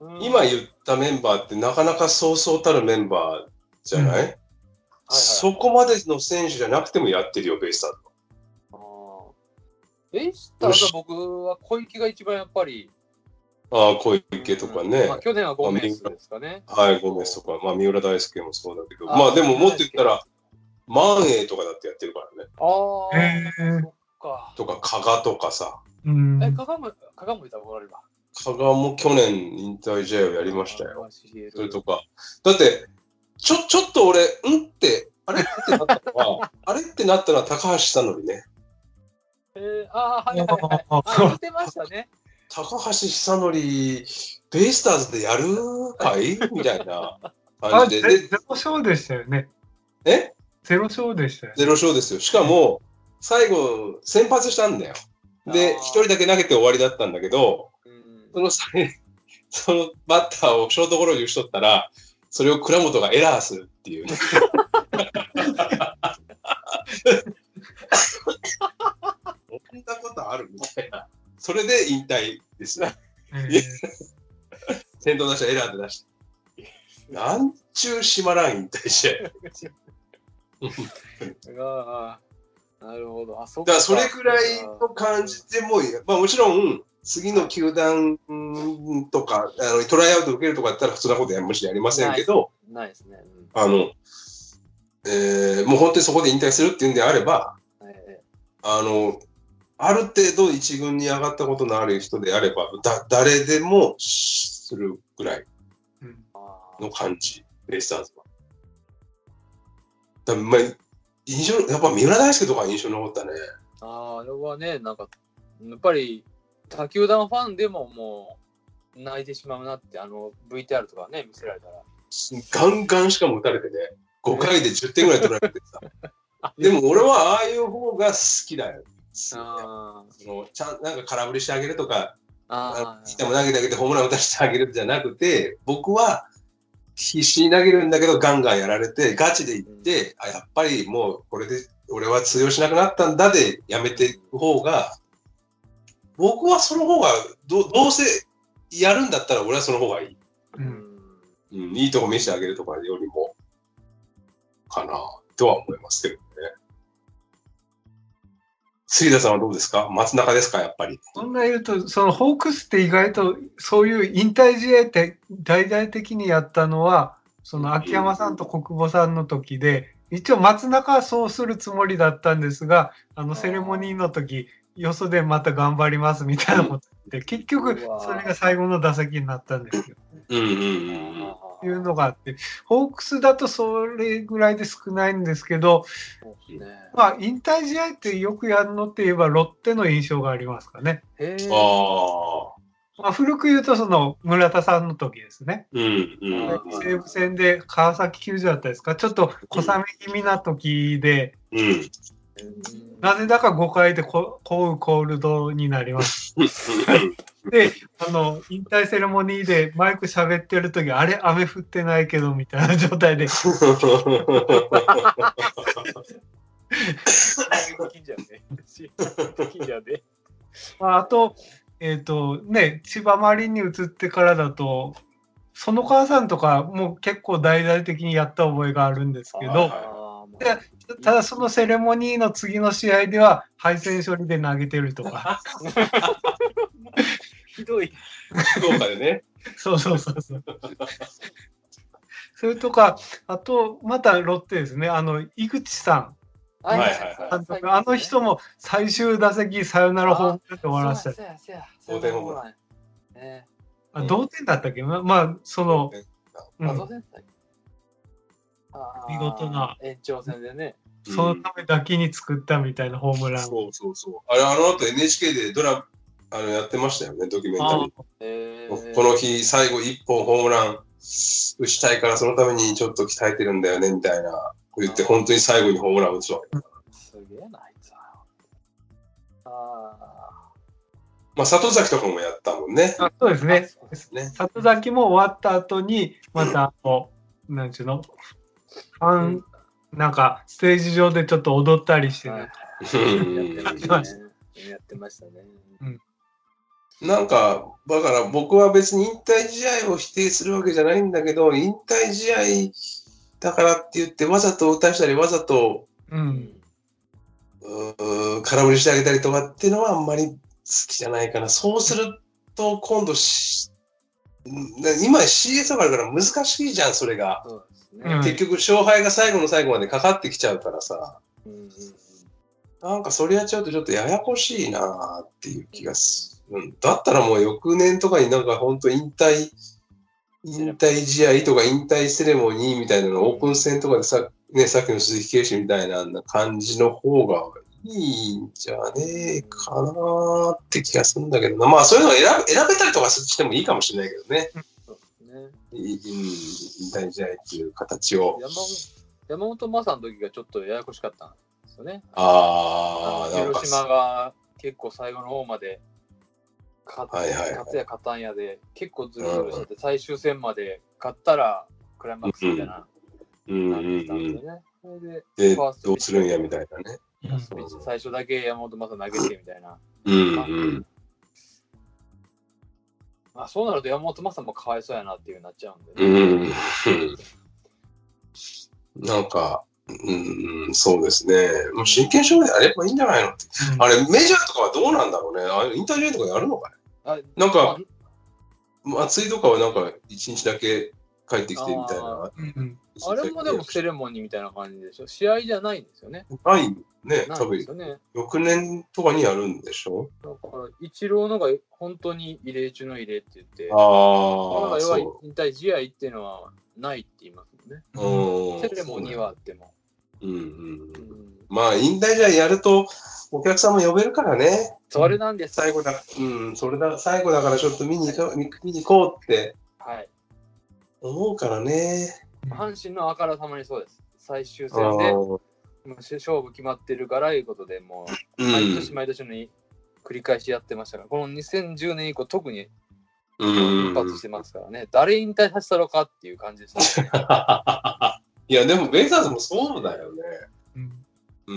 Speaker 2: 今言ったメンバーってなかなかそうそうたるメンバーじゃない、うんはいはい、そこまでの選手じゃなくてもやってるよ、ベイスターズは。
Speaker 3: ベイスターズは僕は小池が一番やっぱり。
Speaker 2: ああ、小池とかね。
Speaker 3: うんまあ、去年はゴメスですかね。
Speaker 2: はい、ゴメスとか、まあ、三浦大輔もそうだけど、あまあでももっと言ったら、マンエイとかだってやってるからね。
Speaker 3: ああ、そっか。
Speaker 2: とか、加賀とかさ。
Speaker 3: うん、え、加賀も、加賀もいた方があれば。
Speaker 2: 加賀も去年引退試合をやりましたよ。それとか。だって、ちょ、ちょっと俺、んって、あれってなったのは、あれってなったのは高橋久典ね。
Speaker 3: えー、ああ、はいはいはい。あ、言ってましたね。
Speaker 2: 高橋久典、ベイスターズでやるかいみたいな感じで。
Speaker 4: でゼロ勝でしたよね。
Speaker 2: え
Speaker 4: ゼロ勝でしたよ、ね。
Speaker 2: ゼロ勝ですよ。しかも、最後、先発したんだよ。で、一人だけ投げて終わりだったんだけど、そのそのバッターをショートゴロに打ち取ったら、それを倉本がエラーするっていう、ね。そんなことあるみたいな。それで引退ですね。先頭打者エラーで出して。なんちゅうしまらん引退試
Speaker 3: 合。ああ、なるほど。あ、そっ
Speaker 2: か。だからそれくらいの感じでも、まあもちろん、次の球団とか、あのトライアウト受けるとかだったら、そんなことやもちろんやりませんけど、
Speaker 3: ないですね。
Speaker 2: うん、あの、えー、もう本当にそこで引退するっていうんであれば、はい、あの、ある程度一軍に上がったことのある人であれば、だ誰でもするぐらいの感じ、ベイスターズは。だまあ、印象、やっぱ三浦大輔とか印象に残ったね。
Speaker 3: ああ、あれはね、なんか、やっぱり、他球団ファンでももう泣いてしまうなって、あの ブイティーアール とかね、見せられたら。
Speaker 2: ガンガンしかも打たれてね、ごかいでじゅってんぐらい取られてさ。でも俺はああいう方が好きだよ。あそのちゃんなんか空振りしてあげるとか、いても投げてあげてホームラン打たせてあげるじゃなくて、僕は必死に投げるんだけどガンガンやられて、ガチでいって、あやっぱりもうこれで俺は通用しなくなったんだでやめていく方が、僕はその方が ど, どうせやるんだったら俺はその方がいい。うんうん、いいとこ見せてあげるとかよりもかなとは思いますけどね。杉田さんはどうですか？松中ですかやっぱり。
Speaker 4: そんな言うと、そのホークスって意外とそういう引退試合って大々的にやったのは、その秋山さんと国保さんの時で、一応松中はそうするつもりだったんですが、あのセレモニーの時、よそでまた頑張りますみたいなことで、結局それが最後の打席になったんですよ。うんうんうん。いうのがあって、ホークスだとそれぐらいで少ないんですけど、ね、まあ引退試合ってよくやるのって言えばロッテの印象がありますかね。へあまあ、古く言うとその村田さんの時ですね。うんうん、西武戦で川崎球場だったですか、ちょっと小雨気味な時で、うん、なぜだかごかいで降雨コールドになります。で、あの、引退セレモニーでマイク喋ってる時、あれ、雨降ってないけど、みたいな状態で。あと、えっと、ね、千葉マリンに移ってからだと、園川さんとかも結構大々的にやった覚えがあるんですけど、でただそのセレモニーの次の試合では敗戦処理で投げてるとか。
Speaker 3: ひどい。
Speaker 2: 福岡でね。
Speaker 4: そうそうそうそう。それとか、あと、またロッテですね。あの、井口さん。はいはいはい。あの人も最終打席サヨナラホームランで終わらせた。同点ホームラン。あ、同点だったっけ？まあ、その、うん、見事な。
Speaker 3: 延長戦でね。
Speaker 4: そのためだけに作ったみたいなホームラン。
Speaker 2: そうそうそう。あれ、あの後 エヌエイチケー でドラあのやってましたよね、ドキュメンタリー。えー、この日、最後いっぽんホームラン打ちたいから、そのためにちょっと鍛えてるんだよね、みたいな。言って、本当に最後にホームラン打つわけ。すげえな、あいつは。あまあ、里崎とかもやったもんね。
Speaker 4: あそうですね。ね里崎も終わった後に、また、あの、なんちゅうの、ファン、なんか、ステージ上でちょっと踊ったりしてね。
Speaker 3: やってましたね。やってましたね。うん
Speaker 2: なんか、だから僕は別に引退試合を否定するわけじゃないんだけど、引退試合だからって言って、わざと打たしたり、わざと、うん、う空振りしてあげたりとかっていうのはあんまり好きじゃないかな。そうすると、今度し、今 シーエス があるから難しいじゃん、それが。そうですね、結局、勝敗が最後の最後までかかってきちゃうからさ。うんうん、なんかそれやっちゃうとちょっとややこしいなっていう気がする。うん、だったらもう翌年とかになんか本当引退、引退試合とか引退セレモニーみたいなのオープン戦とかでさ、ね、さっきの鈴木啓士みたいな感じの方がいいんじゃねえかなって気がするんだけどな。まあそういうのを選べ、選べたりとかしてもいいかもしれないけどね。そうですね。引退試合っていう形を。
Speaker 3: 山本、山本昌の時がちょっとややこしかったんですよね。
Speaker 2: ああ、
Speaker 3: 広島が結構最後の方まで勝つ、はいはいはい、勝つや勝たんやで結構ずるずるしてて、うん、最終戦まで勝ったらクライマックスみたいな、うん、なんでしたんでね。それで、
Speaker 2: でどうするんやみたいなね。
Speaker 3: 最初だけ山本昌投げてみたいな。
Speaker 2: うんうん
Speaker 3: まあ、そうなると山本昌もかわいそうやなっていうなっちゃうんでね。うん
Speaker 2: うん、なんか、うん、そうですね。もう真剣勝負でやればいいんじゃないのって。うん、あれ、メジャーとかはどうなんだろうね。あれ、インタビューとかやるのかね。あなんか、松井とかはなんか一日だけ帰ってきてみたいな。
Speaker 3: あ,、うん、あれもでもセレモニーみたいな感じでしょ。試合じゃないんですよね。
Speaker 2: ないね。多分、ね、翌年とかにやるんでしょ。
Speaker 3: だから、イチローのが本当に異例中の異例って言って、
Speaker 2: ああ、
Speaker 3: 要は引退試合っていうのはないって言いますもんね。セレモニーはあっても。
Speaker 2: うんうんうん、まあ引退試合やるとお客さんも呼べるからね。
Speaker 3: それなんです。
Speaker 2: 最後だ、うん、それだ最後だからちょっと見に行こう、見に行こうって思うからね。
Speaker 3: 阪神のあからさまにそうです。最終戦で勝負決まってるからいうことでもう毎年毎年の繰り返しやってましたから、このにせんじゅうねん以降特に一発してますからね。誰引退させたのかっていう感じですね。
Speaker 2: いや、でもベイスターズもそうだよね。うん。うん。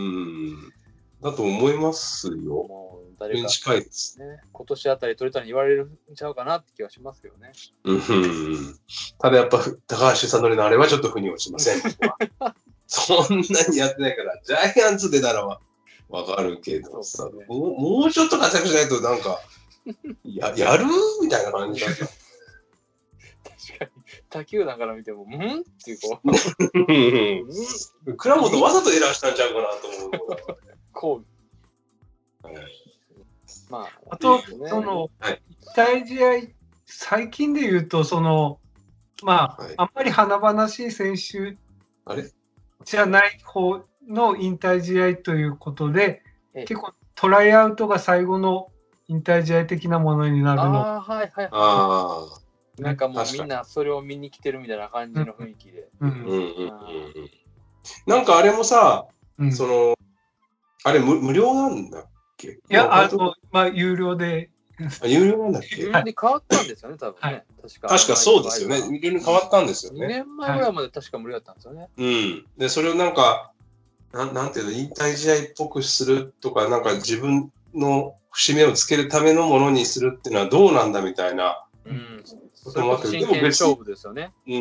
Speaker 2: だと思いますよ。もう誰か、近いです、
Speaker 3: ね。今年あたり取れたら言われるんちゃうかなって気はしますけどね。
Speaker 2: うん。ただやっぱ高橋さのりのあれはちょっと腑に落ちません。そんなにやってないから、ジャイアンツでならわかるけどさ、ね、もう、もうちょっと活躍しないとなんか、や, やるみたいな感じだった。
Speaker 3: 確かに他球団から見ても、んっていうこ
Speaker 2: う。倉本わざとエラーしたんちゃうかなと思う。
Speaker 3: こう。
Speaker 4: はい、まあ、あと、ね、その、引退試合、最近で言うと、その、まあ、はい、あんまり華々しい選手じゃない方の引退試合ということで、結構トライアウトが最後の引退試合的なものになるの。
Speaker 3: ああ、はいはい。あなんかもうみんなそれを見に来てるみたいな感じの雰囲気で。
Speaker 2: なんかあれもさ、うん、その、あれ 無, 無料なんだっけ？い
Speaker 4: や、あの、まあ、有料で。
Speaker 2: あ、有料なんだっけ？
Speaker 3: 有料に変わったんですよね、多分ね。はい、
Speaker 2: 確か。確かそうですよね。有料に変わったんですよね。
Speaker 3: にねんまえぐらいまで確か無料だったんですよね。
Speaker 2: うん。で、それをなんか、なん、なんていうの、引退試合っぽくするとか、なんか自分の節目をつけるためのものにするっていうのはどうなんだみたいな。
Speaker 3: うん。それこそ真剣勝負ですよね。
Speaker 2: うん。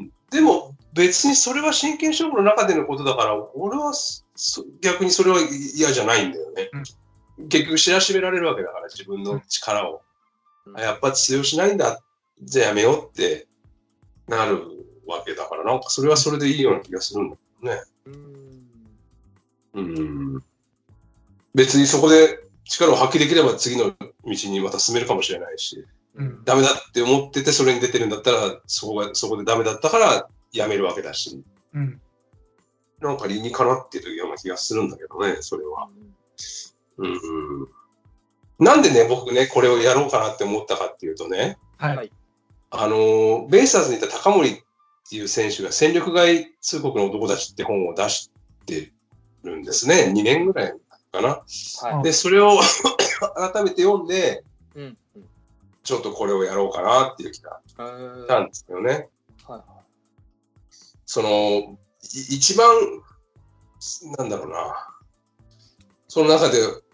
Speaker 2: でも別にそれは真剣勝負の中でのことだから、俺は逆にそれは嫌じゃないんだよね。うん、結局知らしめられるわけだから、自分の力を。うん、やっぱ通用しないんだ、じゃあやめようってなるわけだから、なんかそれはそれでいいような気がするんだけどね。うん。うん。別にそこで力を発揮できれば次の道にまた進めるかもしれないし。うん、ダメだって思っててそれに出てるんだったらそこがそこでダメだったからやめるわけだし、うん、なんか理にかなってるような気がするんだけどね、それは、うんうん、なんでね僕ねこれをやろうかなって思ったかっていうとね、はい、あのベイスターズにいた高森っていう選手が戦力外通告の男たちって本を出してるんですね。にねんぐらいかな、はい、でそれを改めて読んで、うんちょっとこれをやろうかなっていう気がしたんですよね。はいはい、その、一番、なんだろうな、その中で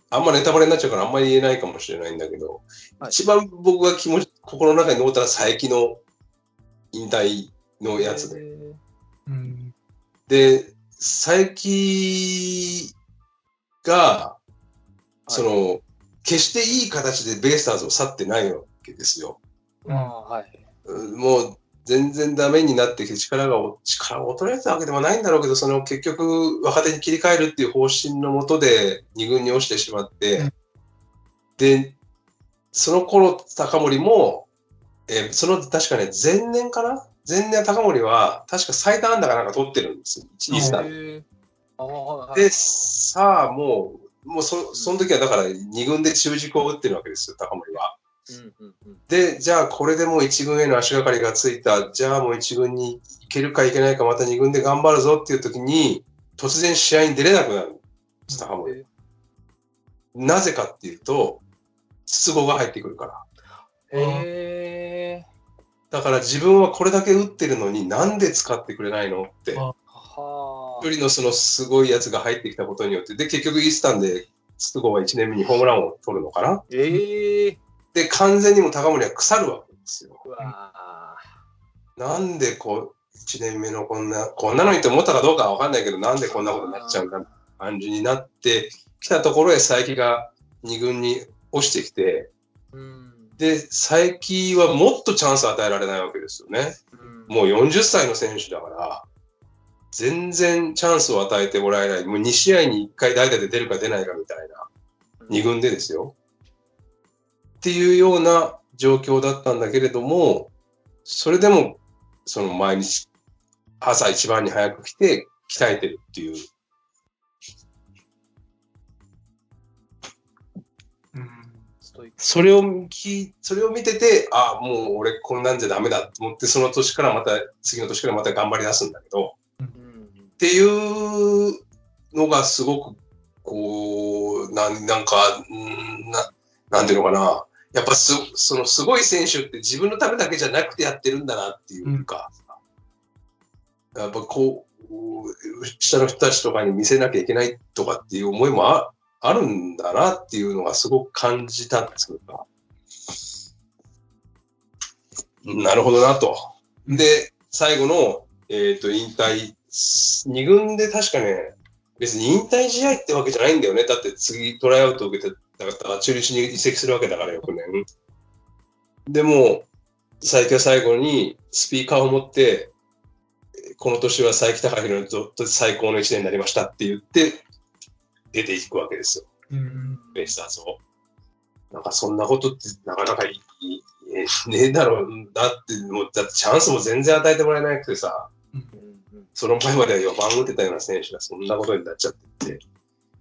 Speaker 2: あんまネタバレになっちゃうからあんまり言えないかもしれないんだけど、はい、一番僕が気持ち、心の中に残ったら佐伯の引退のやつで。うん、で、佐伯が、はい、その、決していい形でベイスターズを去ってないわけですよ。
Speaker 3: あはい、
Speaker 2: もう全然ダメになって力が、力が衰えたわけでもないんだろうけど、その結局若手に切り替えるっていう方針のもとでに軍に落ちてしまって、うん、で、その頃高森も、えー、その確かね、前年かな前年高森は確か最多安打かなんか取ってるんですよ。いち、に、さん。で、さあもう、もうそ、その時はだからに軍で中軸を打ってるわけですよ、高森は。うんうんうん、で、じゃあこれでもういち軍への足がかりがついた、じゃあもういち軍に行けるか行けないか、またに軍で頑張るぞっていう時に、突然試合に出れなくなるんです、高森。なぜかっていうと、筒香が入ってくるから。
Speaker 3: へー。
Speaker 2: だから自分はこれだけ打ってるのになんで使ってくれないのって。一人のそのすごいやつが入ってきたことによって、で、結局イースタンで筒香はいちねんめにホームランを取るのかな。
Speaker 3: えー。
Speaker 2: で、完全にも高森は腐るわけですよ。うわなんでこう、いちねんめのこんな、こんなのにって思ったかどうかはわかんないけど、なんでこんなことになっちゃうんだ感じになってきたところへ佐伯がに軍に落ちてきて、うん、で、佐伯はもっとチャンスを与えられないわけですよね。うん、もうよんじゅっさいの選手だから、全然チャンスを与えてもらえない。もうに試合にいっかい代打で出るか出ないかみたいな。に軍でですよ。っていうような状況だったんだけれども、それでも、その毎日、朝一番に早く来て、鍛えてるっていう。うん、それを聞、それを見てて、ああ、もう俺こんなんじゃダメだと思って、その年からまた、次の年からまた頑張り出すんだけど、うん、っていうのがすごく、こう、な、なんか、んな、なんていうのかな。やっぱす、そのすごい選手って自分のためだけじゃなくてやってるんだなっていうか、うん、やっぱこう、下の人たちとかに見せなきゃいけないとかっていう思いも あ, あるんだなっていうのがすごく感じたんですけど、なるほどなと。で、最後の、えっと、引退、に軍で確かね、別に引退試合ってわけじゃないんだよね。だって次トライアウトを受けて、だから中日に移籍するわけだから翌年。でも、佐伯は最後にスピーカーを持って、この年は佐伯貴弘にとって最高の一年になりましたって言って、出ていくわけですよ。うん、ベイスターズを。なんかそんなことってなかなかいい、ねえだろう。だって、もうだってチャンスも全然与えてもらえなくてさ、うん、その前まではよんばん打ってたような選手がそんなことになっちゃってて、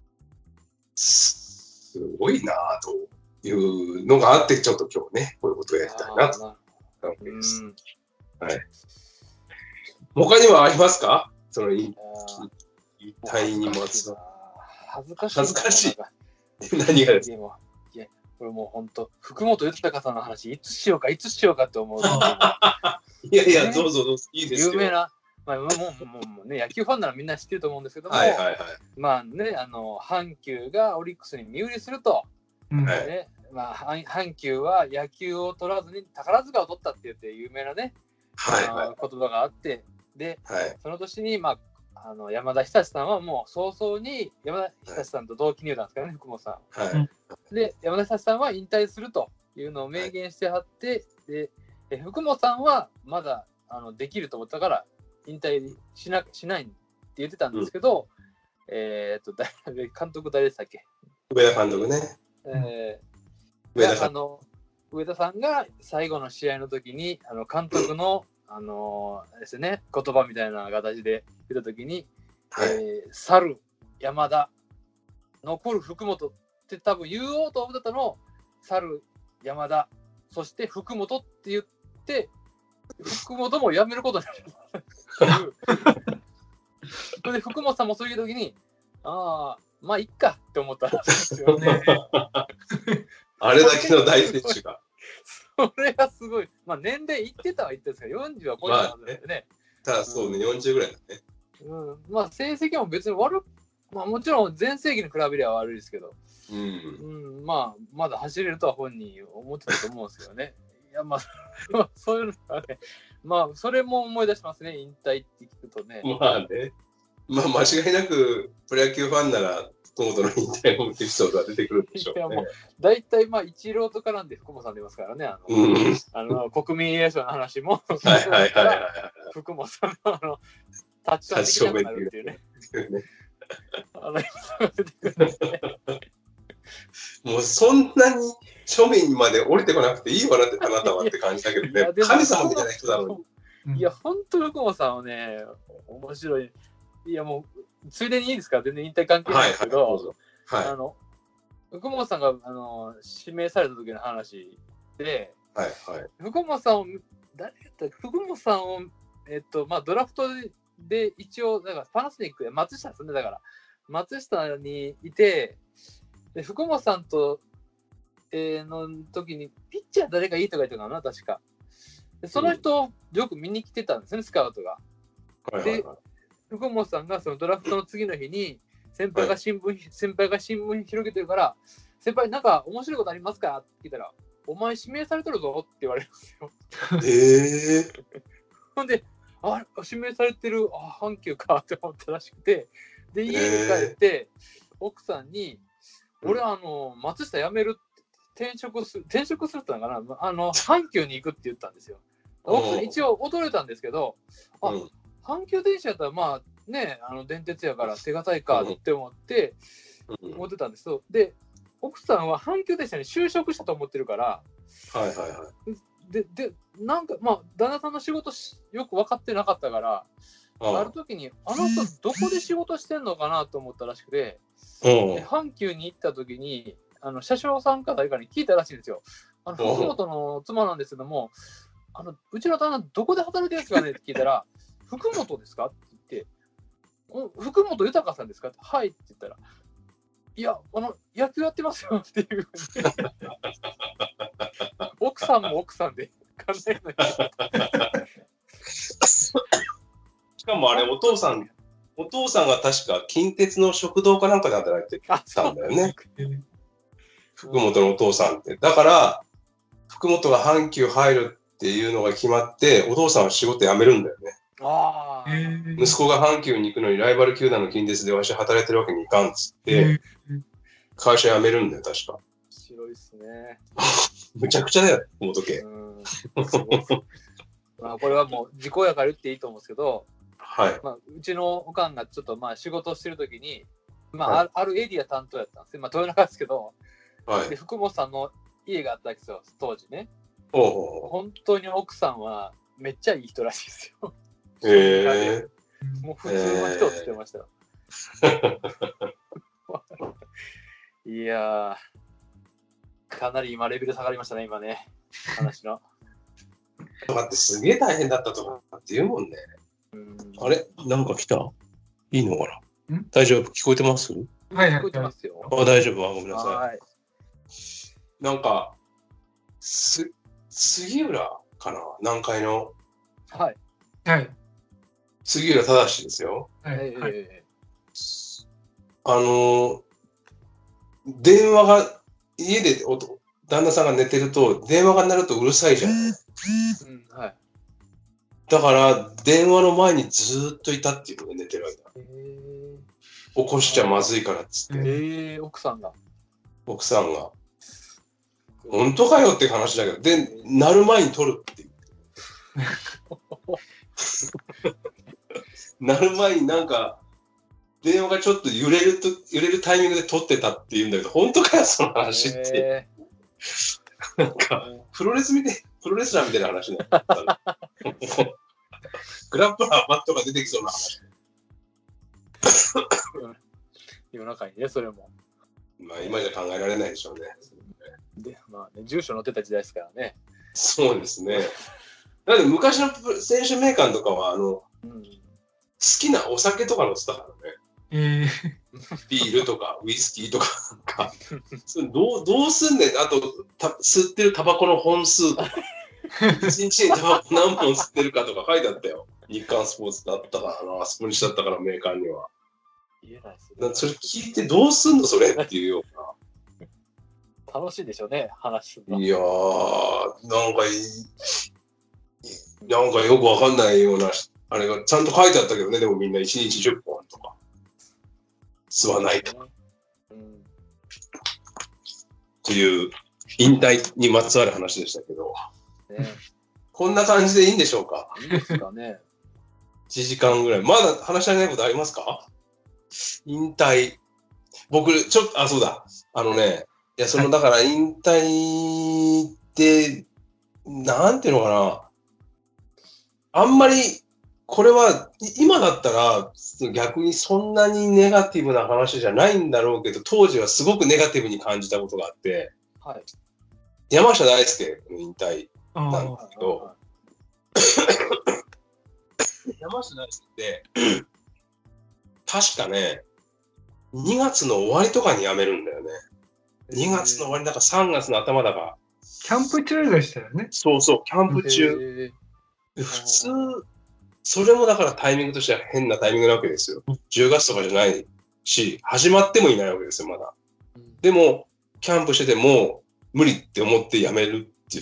Speaker 2: すごいなぁというのがあって、ちょっと今日ね、こういうことをやりたいなと思います。はい。他にはありますか？その引退にまつわる。
Speaker 3: 恥ずかしい。
Speaker 2: 恥ずかしい。何がですか？
Speaker 3: いや、これもう本当、福本豊さんの話、いつしようか、いつしようかと思う。
Speaker 2: いやいや、どうぞどうぞ、いいですよ。
Speaker 3: 有名な。まあ、もうもうもうね、野球ファンならみんな知ってると思うんですけども、
Speaker 2: はいはいはい、
Speaker 3: まあね、あの阪急がオリックスに身売りすると、うんねまあ、阪急は野球を取らずに宝塚を取ったって言って有名なね、はいはい、言葉があって、で、はい、その年に、まあ、あの山田久志さんはもう早々に山田久志さんと同期入団ですからね、福本さん、はい。で、山田久志さんは引退するというのを明言してはって、はい、で福本さんはまだあのできると思ったから、引退し な, しないって言ってたんですけど、うん、えー、っと監督誰でしたっけ？
Speaker 2: 上田監督ね。
Speaker 3: えー、上田あの上田さんが最後の試合の時にあの監督の、あのー、ですね、言葉みたいな形で言った時に、はい、えー、去る山田、残る福本って多分言おうと思ってたのを、去る山田、そして福本って言って、福本も辞めることになる。それで福本さんもそういう時に、ああ、まあいっかって思ったんですよね。
Speaker 2: あれだけの大選手が。
Speaker 3: それがすごい。まあ年齢いってたは言ってたんですけど、よんじゅうは超えたんですよね。
Speaker 2: ただそうね、うん、よんじゅうぐらいだね。
Speaker 3: うん。まあ成績も別に悪まあもちろん全盛期に比べれば悪いですけど、
Speaker 2: うん
Speaker 3: うん、まあまだ走れるとは本人思ってたと思うんですけどね。いやまあそういうのがね、まあそれも思い出しますね、引退って聞くとね。
Speaker 2: まあね、まあ間違いなくプロ野球ファンなら福本の引退のエピソードが出てくるでしょうね。いやもう
Speaker 3: 大体まあイチローと絡んで福本さん出ますからね、あの、うん、あの国民栄誉賞の話も
Speaker 2: はいはいはいはい、
Speaker 3: 福本さんのあのタッチションできなくなるっていうね。あの
Speaker 2: もうそんなに庶民まで降りてこなくていいわなってあなたはって感じだけどね。神様みたいな人だろ
Speaker 3: う。いや本当福本さんはね面白い。いやもうついでにいいですか、全然引退関係ないですけど、はいはい、あの福本さんがあの指名された時の話で、
Speaker 2: はいはい、
Speaker 3: 福本さんを誰やった福本さんをえっとまあドラフトで一応だからパナソニックで松下ですね、だから松下にいてで福本さんと、えー、の時にピッチャー誰がいいとか言ったかな確かでその人をよく見に来てたんですね、スカウトが。
Speaker 2: はいはいはい、
Speaker 3: で福本さんがそのドラフトの次の日に先輩が新聞、はい、先輩が新聞広げてるから先輩なんか面白いことありますかって聞いたらお前指名されてるぞって言われるんですよ。
Speaker 2: えー、
Speaker 3: ほんであ指名されてるあ阪急かって思ったらしくてで家に帰って、えー、奥さんに俺あの松下辞める転職する転職するってのかなあの阪急に行くって言ったんですよ。奥さん一応驚いたんですけどあ、うん阪急電車やったらまあねあの電鉄やから手堅いかって思って、うん、思ってたんですよ。で奥さんは阪急電車に就職したと思ってるから、
Speaker 2: はいはいはい、
Speaker 3: ででなんかまあ旦那さんの仕事よく分かってなかったから、あある時にあの人どこで仕事してんのかなと思ったらしくて、で阪急に行った時にあの車掌さんか誰かに聞いたらしいんですよ。あの福本の妻なんですけども、あのうちの旦那どこで働いてるんですかねって聞いたら福本ですかって言って、福本豊さんですかって、はいって言ったら、いや、あの、野球やってますよっていう。奥さんも奥さんで考えない。
Speaker 2: しかもあれ、お父さん、お父さんが確か近鉄の食堂かなんかで働いてたんだよね。福本のお父さんって。だから、福本が阪急入るっていうのが決まって、お父さんは仕事辞めるんだよね。
Speaker 3: あ
Speaker 2: 息子が阪急に行くのにライバル球団の近鉄でわし働いてるわけにいかんっつって会社辞めるんだよ確か。
Speaker 3: 面白いっすね。
Speaker 2: むちゃくちゃだよ元家。
Speaker 3: まあこれはもう時効やから言っていいと思うんですけど、
Speaker 2: はい。
Speaker 3: まあ、うちのおかんがちょっとまあ仕事をしてる時にまあ、はい、あるエリア担当やったんですよ。まあ豊中ですけど、はい、で福本さんの家があったんですよ当時ね。
Speaker 2: おうおう
Speaker 3: 本当に奥さんはめっちゃいい人らしいですよ。
Speaker 2: へ
Speaker 3: ー、もう普通の人って言ってましたよ。いやー、かなり今レベル下がりましたね、今ね、話の。
Speaker 2: 待って、すげえ大変だったとかって言うもんね。うんあれなんか来たいいのかな大丈夫聞こえてます？
Speaker 3: はい、聞こえてますよ。
Speaker 2: あ、大丈夫あ、ごめんなさい。
Speaker 3: はい、
Speaker 2: なんか、す、杉浦かな南海の。
Speaker 3: はい。
Speaker 4: はい。
Speaker 2: 杉浦正ですよ。
Speaker 3: はい。はい、
Speaker 2: あの、電話が、家でお旦那さんが寝てると、電話が鳴るとうるさいじゃん。うん、
Speaker 3: はい。
Speaker 2: だから、電話の前にずーっといたっていうので寝てる間。起こしちゃまずいからっつって。
Speaker 3: えー、奥さんが。
Speaker 2: 奥さんが。本当かよって話だけど、で、鳴る前に取るっていう。鳴る前になんか、電話がちょっと揺れると、揺れるタイミングで取ってたっていうんだけど、本当かよ、その話って。えー、なんか、プロレスみたい、プロレスラーみたいな話になった。グラップラーバットが出てきそうな話。
Speaker 3: 夜中にね、それも。
Speaker 2: まあ、今じゃ考えられないでしょうね。
Speaker 3: で、まあね、住所載ってた時代ですからね。
Speaker 2: そうですね。だって昔の選手名鑑とかは、あの、うん、好きなお酒とか載ってたからね。
Speaker 4: え
Speaker 2: ー、ビールとかウイスキーとかなんかそれどうどうすんねん。あとた吸ってるタバコの本数とか一日にタバコ何本吸ってるかとか書いてあったよ。日刊スポーツだったからな、スポニチだったからメーカーには。
Speaker 3: 言えないですね。
Speaker 2: それ聞いてどうすんのそれっていうような。
Speaker 3: 楽しいでしょうね、話すの。
Speaker 2: いやー、なんかいい、なんかよくわかんないような、あれがちゃんと書いてあったけどね、でもみんないちにちじゅっぽんとか、吸わないとか。うん、という引退にまつわる話でしたけど、ね、こんな感じでいいんでしょうか。
Speaker 3: いいですかね。
Speaker 2: いちじかんぐらい。まだ話し足りないことありますか？引退。僕、ちょっと、あ、そうだ。あのね、いや、その、だから引退って、なんていうのかな。あんまり、これは、今だったら、逆にそんなにネガティブな話じゃないんだろうけど、当時はすごくネガティブに感じたことがあって、はい、山下大輔の引退なんだけど、山下大輔って、確かね、にがつの終わりとかに辞めるんだよね。にがつの終わりだかさんがつの頭だか。
Speaker 4: キャンプ中でしたよね。
Speaker 2: そうそう、キャンプ中。普通、それもだからタイミングとしては変なタイミングなわけですよ。じゅうがつとかじゃないし、始まってもいないわけですよ、まだ。でも、キャンプしてても無理って思って辞めるって言って、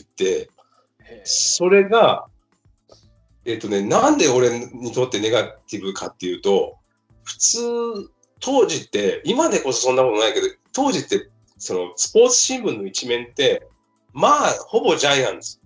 Speaker 2: それが、えっとね、なんで俺にとってネガティブかっていうと、普通、当時って、今でこそそんなことないけど、当時って、そのスポーツ新聞の一面って、まあ、ほぼジャイアンツ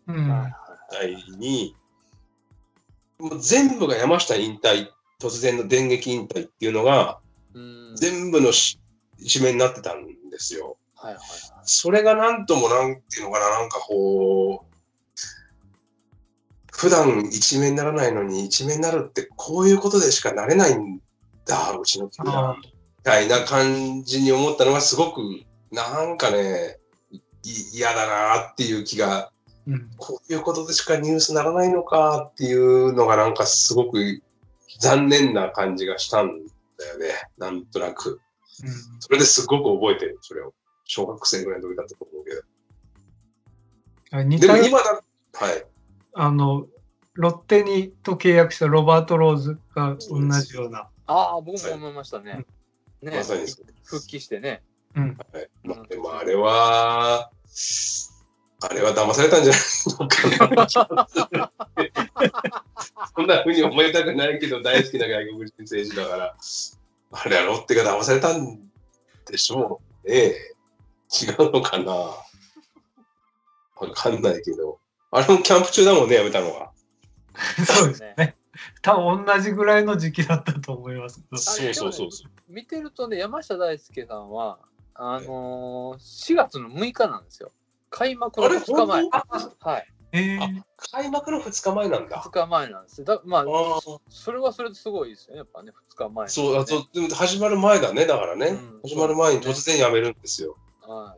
Speaker 2: に、もう全部が山下引退、突然の電撃引退っていうのが、全部の一面になってたんですよ。はいはいはい、それがなんともなんていうのかな、なんかこう、普段一面にならないのに一面になるってこういうことでしかなれないんだ、うちの球団みたいな感じに思ったのがすごくなんかね、嫌だなっていう気が、うん、こういうことでしかニュースならないのかっていうのがなんかすごく残念な感じがしたんだよね、なんとなく。うん、それですごく覚えてる、それを。小学生ぐらいの時だったと思うけど。でも今だ、はい。
Speaker 4: あの、ロッテにと契約したロバート・ローズが同じような。
Speaker 3: ああ、僕も思いましたね。
Speaker 2: うん、ねまさに
Speaker 3: 復帰してね。
Speaker 2: うんはいまあ、でもあれは、あれは騙されたんじゃないのかな。そんな風に思いたくないけど、大好きな外国人選手だから、あれはロッテが騙されたんでしょうね。違うのかな。わかんないけど。あれもキャンプ中だもんね、やめたのは。
Speaker 4: そうですね。多分同じぐらいの時期だったと思います。
Speaker 2: そうそうそうそう。
Speaker 3: 見てるとね、山下大輔さんは、あのー、しがつのむいかなんですよ。開幕のふつかまえ。はい。
Speaker 2: えー、開幕のふつかまえなんだ。
Speaker 3: ふつかまえなんですよ。だまあ、あそれはそれですごいですよね、やっぱね、ふつかまえ、ね。
Speaker 2: そう、あと、でも始まる前だね、だからね。うん、始まる前に突然やめるんですよ。はい。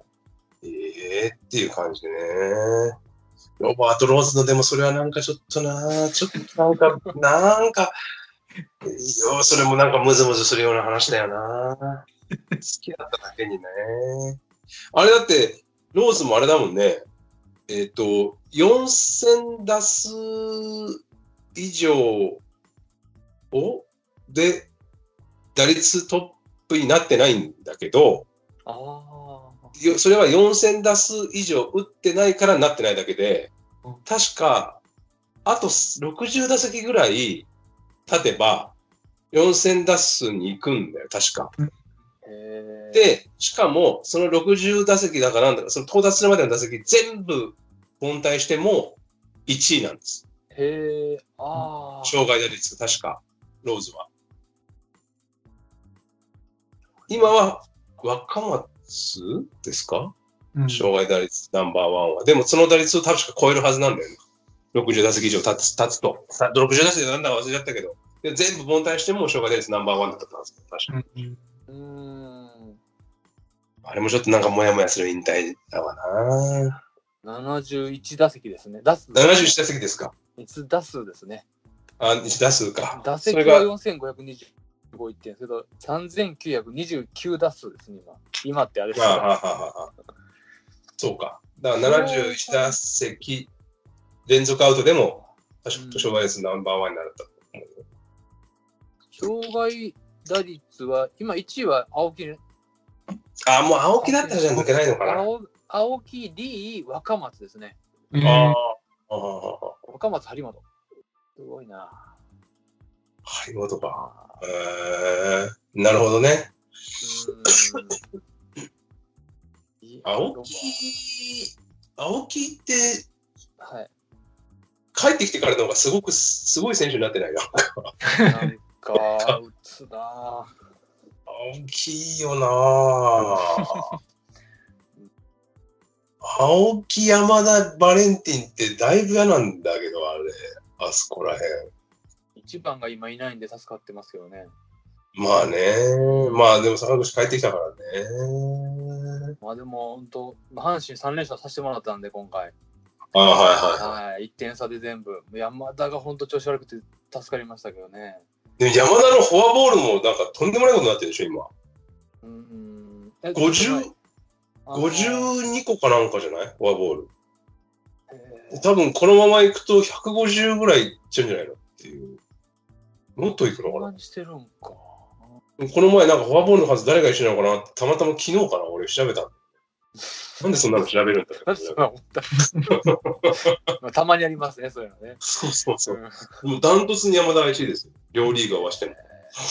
Speaker 2: ええー、っていう感じでね。ロバート・ローズのでもそれはなんかちょっとな、ちょっとなんか、なんか、よそれもなんかムズムズするような話だよな。好きだっただけにね。あれだって、ローズもあれだもんね。えっと、よんせんだすう以上をで、打率トップになってないんだけど、あそれはよんせんだすう以上打ってないからなってないだけで、確か、あとろくじゅうだせきぐらい立てば、よんせんだすうに行くんだよ、確か。へで、しかも、そのろくじゅうだせきだからなんだか、その到達するまでの打席全部凡退してもいちいなんです。へー、あー。障害打率、確か、ローズは。今は、若松ですか、うん、障害打率ナンバーワンは。でも、その打率を確か超えるはずなんだよね。ろくじゅうだせき以上立つ、立つと。ろくじゅうだせきでなんだか忘れちゃったけど。で全部凡退しても障害打率ナンバーワンだったんですよ、確かに。うん、あれもちょっとなんかモヤモヤする引退だわな。
Speaker 3: ななじゅういちだせきですね。打数、
Speaker 2: ね。ななじゅういちだせきですか。
Speaker 3: いち打数ですね。
Speaker 2: あ、いち打数か。
Speaker 3: 打席はよんせんごひゃくにじゅうごいってんけど、さんぜんきゅうひゃくにじゅうきゅう打数ですね、今。今ってあれですか。ああああ
Speaker 2: そうか。だからななじゅういち打席連続アウトでも、確か障害率ナンバーワンになったと思うよ。
Speaker 3: 障害打率は、今いちいは青木。
Speaker 2: あ、もう青木だったらじゃ抜けないのかな。
Speaker 3: 青青木、リー、若松ですね。
Speaker 2: ああ。
Speaker 3: 若松、張本。すごいな。
Speaker 2: 張本か。えー、なるほどね。青木、青木って、
Speaker 3: はい、
Speaker 2: 帰ってきてからの方がすごくすごい選手になってないな。
Speaker 3: なんか、打つな。
Speaker 2: 青木いいよな。青木、山田、バレンティンってだいぶ嫌なんだけど、あれ、あそこらへん。
Speaker 3: 一番が今いないんで助かってますよね。
Speaker 2: まあね、まあでも坂口帰ってきたからね。
Speaker 3: まあでも本当、阪神さん連勝させてもらったんで、今回。
Speaker 2: ああ、はいはい。
Speaker 3: はい、いってん差で全部。山田が本当調子悪くて助かりましたけどね。
Speaker 2: でも山田のフォアボールもなんかとんでもないことになってるでしょ、今。
Speaker 3: うん。
Speaker 2: ごじゅう、ごじゅうにこかなんかじゃないフォアボール。多分このままいくとひゃくごじゅうぐらいいっちゃうんじゃないのっていう。もっといくのかな。
Speaker 3: してるんか。
Speaker 2: この前なんかフォアボールの数誰が一緒なのかなってたまたま昨日かな俺調べた。なんでそんなの調べるんだろ
Speaker 3: う。たまにありますね、そういうのね。
Speaker 2: そうそうそう。うん、もうダントツに山田が一位ですよ。両リーグ合わせても。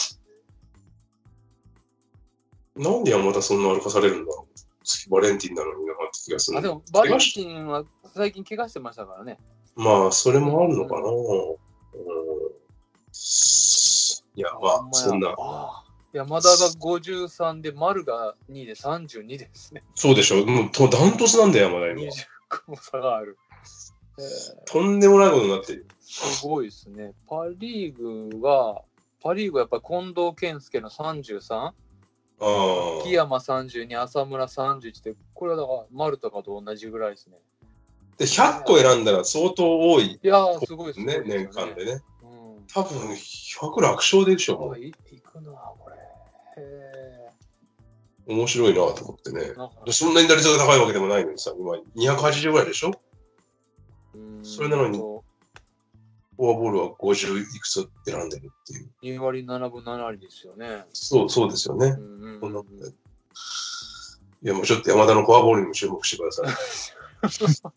Speaker 2: なんで山田そんな歩かされるんだろう。次バレンティンなのになって気がする。
Speaker 3: あ、でもバレンティンは最近怪我してましたからね。
Speaker 2: まあ、それもあるのかな。うん、いや、まあ、そんな。
Speaker 3: 山田がごじゅうさんで、丸がにいでさんじゅうにですね。
Speaker 2: そうでしょ。もうダントツなんだよ、山田今。
Speaker 3: にじゅっこも差がある。
Speaker 2: えー、とんでもないことになってる。
Speaker 3: すごいですね。パ・リーグは、パ・リーグはやっぱり近藤健介のさんじゅうさん、
Speaker 2: あ
Speaker 3: 木山さんじゅうに、浅村さんじゅういちで、これはだから丸とかと同じぐらいですね。
Speaker 2: で、ひゃっこ選んだら相当多い。
Speaker 3: いやー、すごいですね。
Speaker 2: 年間でね。うん、多分、ひゃく楽勝でしょ。
Speaker 3: いくな、これ。へ
Speaker 2: ー。面白いなと思ってね。そんなに打率が高いわけでもないのにさ、今にひゃくはちじゅうぐらいでしょ。それなのに、フォアボールはごじゅういくつ選んでるっていう。
Speaker 3: にわりななぶななりですよね。
Speaker 2: そう、そうですよね。うんうんうん、いや、もうちょっと山田のフォアボールにも注目してください。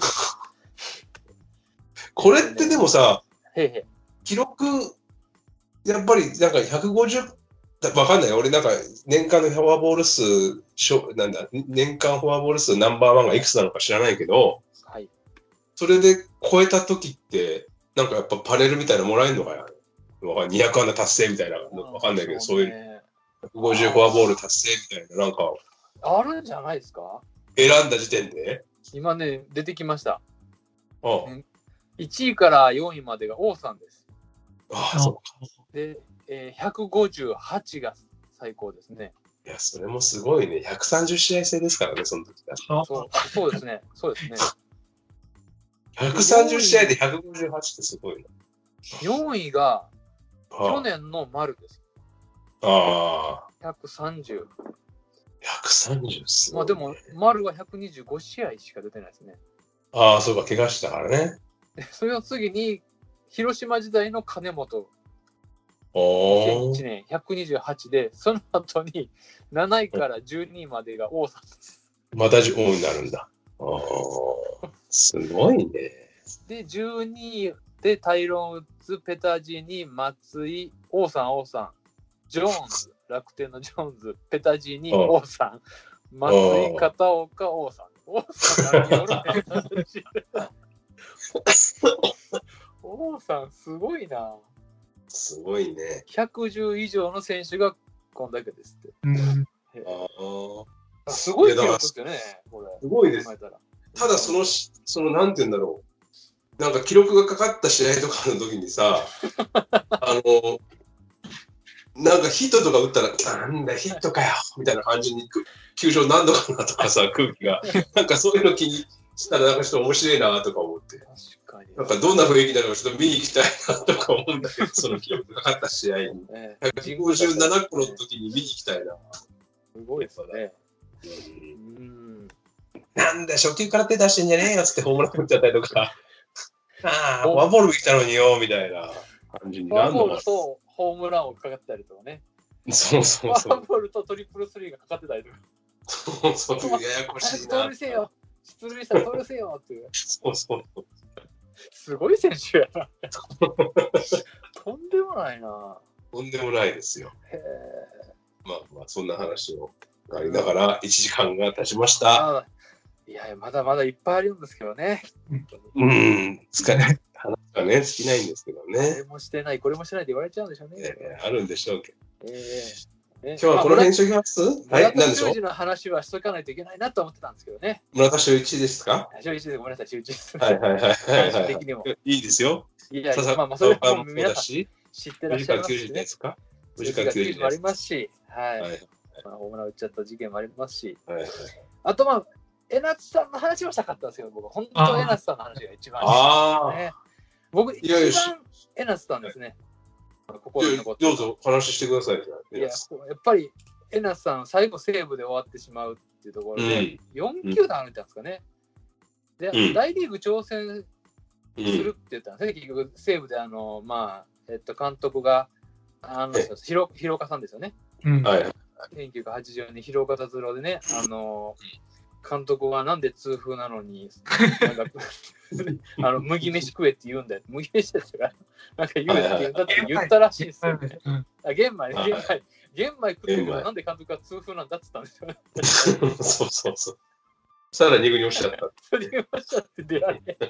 Speaker 2: これってでもさ、
Speaker 3: へへ
Speaker 2: 記録、やっぱりなんかひゃくごじゅう、わかんない。俺なんか年間のフォアボール数、なんだ、年間フォアボール数ナンバーワンがいくつなのか知らないけど、
Speaker 3: はい、
Speaker 2: それで超えた時って、なんかやっぱパネルみたいなのもらえるのかな、にひゃくあんだ達成みたいな、わかんないけど、そういう、ひゃくごじゅうフォアボール達成みたいな、なんか。
Speaker 3: あるんじゃないですか？
Speaker 2: 選んだ時点で
Speaker 3: 今ね、出てきました。
Speaker 2: ああ、
Speaker 3: いちいからよんいまでが王さんです。
Speaker 2: ああ、そうか。
Speaker 3: で、えー、ひゃくごじゅうはちが最高ですね。
Speaker 2: いや、それもすごいね。ひゃくさんじゅうしあい制ですからね、その時だ。
Speaker 3: そう、そうですね。そうですね。
Speaker 2: ひゃくさんじゅうしあいでひゃくごじゅうはちってすごいな。
Speaker 3: よんいが去年の丸です。
Speaker 2: ああ。
Speaker 3: ひゃくさんじゅう。
Speaker 2: ひゃくさんじゅうすごい、
Speaker 3: ね。まあでも、丸はひゃくにじゅうごしあいしか出てないですね。
Speaker 2: ああ、そうか、怪我したからね。
Speaker 3: それを次に、広島時代の金本。
Speaker 2: お
Speaker 3: にせんいちねんひゃくにじゅうはちで、その後になないからじゅうにいまでが王さんです。
Speaker 2: また王になるんだ。ああ、すごいね。
Speaker 3: で、じゅうにいでタイロン・ウッズ、ペタジーニ、松井、王さん、王さん、ジョーンズ、楽天のジョーンズ、ペタジーニ、王さん、松井、片岡、王さん。王さん何おるね王さん、すごいな。
Speaker 2: すごいね。
Speaker 3: ひゃくじゅう以上の選手がこんだけですって。うん、あすごい記録ですよね、これ。
Speaker 2: すごいです。ただその、その、なんて言うんだろう。なんか記録がかかった試合とかの時にさ、あの、なんかヒットとか打ったら、なんだヒットかよみたいな感じに、球場何度かなとかさ、空気が。なんかそういうの気にしたら、なんかちょっと面白いなとか思って。
Speaker 3: 確かに。
Speaker 2: なんかどんな雰囲気なのかちょっと見に行きたいなとか思うんだけど、その記録がかかった試合に。ひゃくごじゅうななこの時に見に行きたいな。
Speaker 3: すごいですね。
Speaker 2: うん。なんだ、初球から手出してんじゃねえよってホームラン打っちゃったりとか。ああ、フォアボール来たのによ、みたいな感じになるのか。
Speaker 3: フォアボールとホームランをかかったりとかね。
Speaker 2: そうそうそう。
Speaker 3: フォアボールとトリプルスリーがかかってたりとか。
Speaker 2: そうそう、ややこしいな。
Speaker 3: 盗塁せよ出塁したら盗塁せよっていう。
Speaker 2: そうそうそう。
Speaker 3: すごい選手やな。とんでもないな。
Speaker 2: とんでもないですよ。
Speaker 3: へえ。
Speaker 2: まあまあ、そんな話をありながらいちじかんが経ちました。
Speaker 3: いやいや、まだまだいっぱいあるんですけどね。
Speaker 2: うん、疲れ、話がね、尽きないんですけどね。
Speaker 3: これもしてない、これもしてないって言われちゃうんでしょうね。
Speaker 2: えー、あるんでしょうけど。
Speaker 3: えー
Speaker 2: 今日はこの辺にしときます？
Speaker 3: はい、何でしょう？村田修司の話はしとかないといけないなと思ってたんですけどね。
Speaker 2: 村田修一ですか？
Speaker 3: 修一です。ごめんなさい、修一です。
Speaker 2: はいはいはいはいはい。
Speaker 3: 的にも
Speaker 2: いいですよ。
Speaker 3: いや、まあまあそれはもう皆さん知ってらっしゃいます
Speaker 2: ね。ですか？
Speaker 3: 無時間きゅうじもありますし、はい。まあホームラン打っちゃった事件もありますし、あとまあ江夏さんの話をしたかったんですけど、僕本当江夏さんの話が一番したいですね。僕一番江夏さんですね。
Speaker 2: こどうぞ話してください。
Speaker 3: いや、やっぱり江夏さん最後セーブで終わってしまうっていうところで、うん、よん球団歩いたんですかね。で、うん、大リーグ挑戦するって言ったんですね、うん、結局セーブであのまあえっと監督があの広岡さんですよね。
Speaker 2: うん、はい。
Speaker 3: せんきゅうひゃくはちじゅうに広岡達郎でね、あの監督はなんで痛風なのになんかあの麦飯食えって言うんだよ。麦飯ですからなんか言うって言ったって言ったらしいですよね。あ、玄米、玄米、玄米食ってるけどなんで監督が痛風なんだって言ったんですよ。
Speaker 2: そうそうそう。さらに肉におっしゃった。
Speaker 3: それにおっしゃって出られない。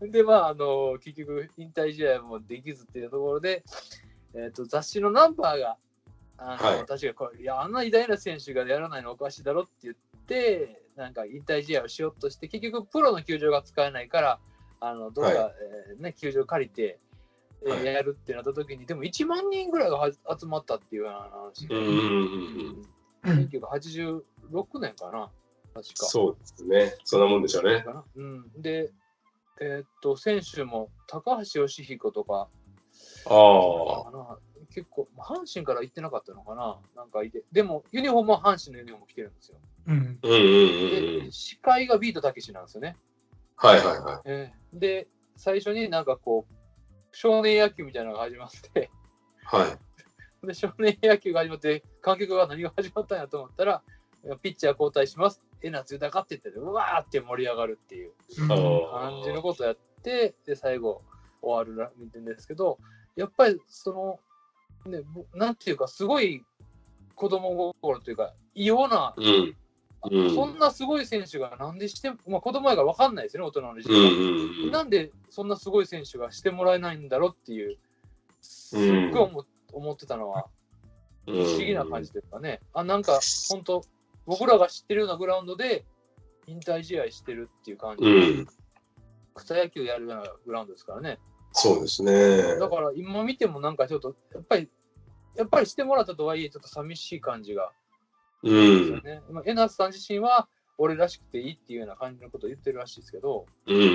Speaker 3: でまああの結局引退試合もできずっていうところで、えー、と雑誌のナンバーがあの、はい、確かこれいやあんな偉大な選手がやらないのおかしいだろって言ってなんか引退試合をしようとして結局プロの球場が使えないからあのどうか、はいえーね、球場借りて、えーはい、やるってなった時にでもいちまんにんぐらいがは集まったっていうような話で、せんきゅうひゃくはちじゅうろくねんかな確か
Speaker 2: そうですねそんなもんでしょうね。
Speaker 3: うん、で、えー、っと選手も高橋義彦とか
Speaker 2: あ
Speaker 3: 結構阪神から行ってなかったのかななんかいてでもユニフォームは阪神のユニフォーム着てるんですよ。
Speaker 2: うんうんうんうん、
Speaker 3: で司会がビートたけしなんですよね。
Speaker 2: はいはいはい。
Speaker 3: えー、で最初になんかこう少年野球みたいなのが始まって
Speaker 2: はい
Speaker 3: で少年野球が始まって観客が何が始まったんやと思ったらピッチャー交代します江夏豊って言ってうわーって盛り上がるっていう感じのことをやってで最後終わるみたいですけどやっぱりそのねなんていうかすごい子供心というか異様な、
Speaker 2: うんうん、
Speaker 3: そんなすごい選手がなんでして、まあ、子供やから分かんないですよね大人の時間、うんうんうん、なんでそんなすごい選手がしてもらえないんだろうっていうすっごい思、思ってたのは不思議な感じというかねあなんか本当僕らが知ってるようなグラウンドで引退試合してるっていう感じで、うん、草野球やるようなグラウンドですからね。
Speaker 2: そうですね。
Speaker 3: だから今見てもなんかちょっとやっぱりやっぱりしてもらったとはいえちょっと寂しい感じが、
Speaker 2: うん
Speaker 3: ね、江夏さん自身は俺らしくていいっていうような感じのことを言ってるらしいですけど、
Speaker 2: うんうん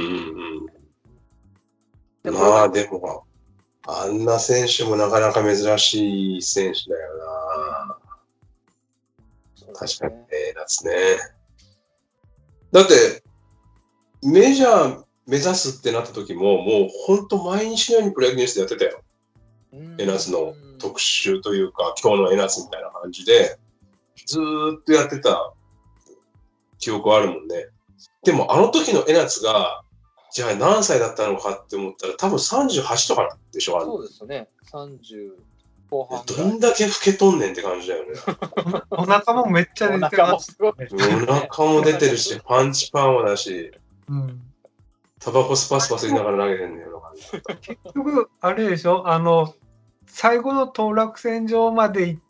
Speaker 2: うん、まあでもあんな選手もなかなか珍しい選手だよな。確かにね、夏ね。だって、メジャー目指すってなった時も、もう本当毎日のようにプロ野球ニュースでやってたよ。江夏の特集というか、今日の江夏みたいな感じで、ずーっとやってた記憶はあるもんね。でもあの時の江夏が、じゃあ何歳だったのかって思ったら、多分さんじゅうはちとかでしょ、あ
Speaker 3: そうですね。さんじゅう後半
Speaker 2: どんだけ老けとんねんって感じだよね。
Speaker 4: お腹もめっちゃ出てます。
Speaker 3: お
Speaker 2: 腹も出てるし、パンチパーマだし、
Speaker 4: うん、
Speaker 2: タバコスパスパス言いながら投げてんねんよ。
Speaker 4: 結局、あれでしょ、あの、最後の当落線上まで行って、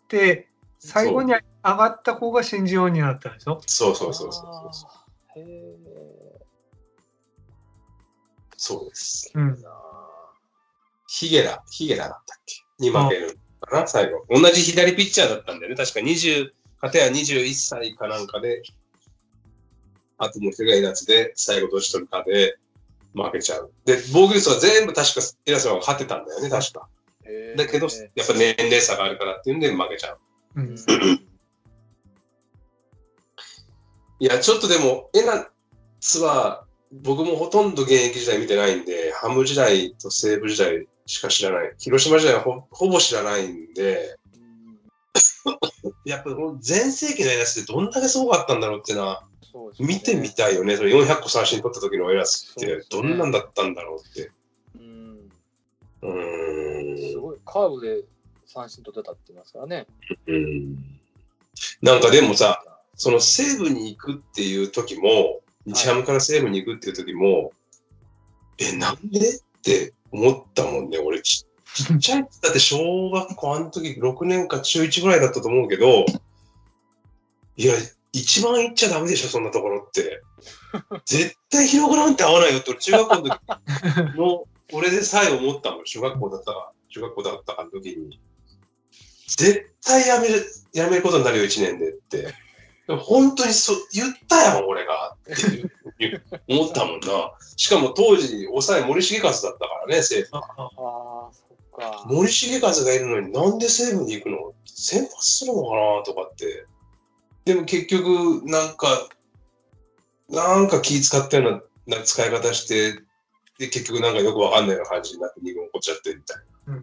Speaker 4: 最後に上がった子が新人王になったでしょ。
Speaker 2: そうそうそうそうそう。へー。そうです。
Speaker 4: うん。
Speaker 2: ヒゲラ、ヒゲラだったっけに負けるかな、最後。同じ左ピッチャーだったんだよね。確かにじゅう、かたやにじゅういっさいかなんかで、あともう一人が江夏で、最後どっち取るかで負けちゃう。で、防御率は全部確か江夏が勝ってたんだよね、確か。だけど、やっぱ年齢差があるからっていうんで負けちゃう。
Speaker 4: うん、
Speaker 2: いや、ちょっとでも、江夏は、僕もほとんど現役時代見てないんで、ハム時代と西武時代しか知らない。広島時代は ほ, ほぼ知らないんで、 やっぱり全盛期のエラスってどんだけすごかったんだろうってな、
Speaker 3: そうですね、
Speaker 2: 見てみたいよね。そのよんひゃっこ三振取った時のエラスってどんなんだったんだろうって。
Speaker 3: うん。
Speaker 2: うーん。
Speaker 3: すごいカーブで三振取ってたって言いますからね。
Speaker 2: うん。なんかでもさ、その西武に行くっていう時も、日ハムから西武に行くっていう時も、はい、え、なんでって思ったもんね、俺。ちっちゃい、だって小学校あの時ろくねんか中いちぐらいだったと思うけど、いや、一番行っちゃダメでしょ、そんなところって。絶対広がらんって合わないよって、中学校の時の、俺でさえ思ったもん、小学校だったか、中学校だったかの時に。絶対やめる、やめることになるよ、いちねんでって。本当にそ言ったやん、俺が。って思ったもんな。しかも当時、抑え森重和だったからね、西武。ああ、そっか。森重和がいるのになんで西武に行くの？先発するのかなとかって。でも結局、なんか、なんか気使ったような使い方して、で、結局なんかよくわかんないような感じになってに軍落ちちゃってみたいな。うん、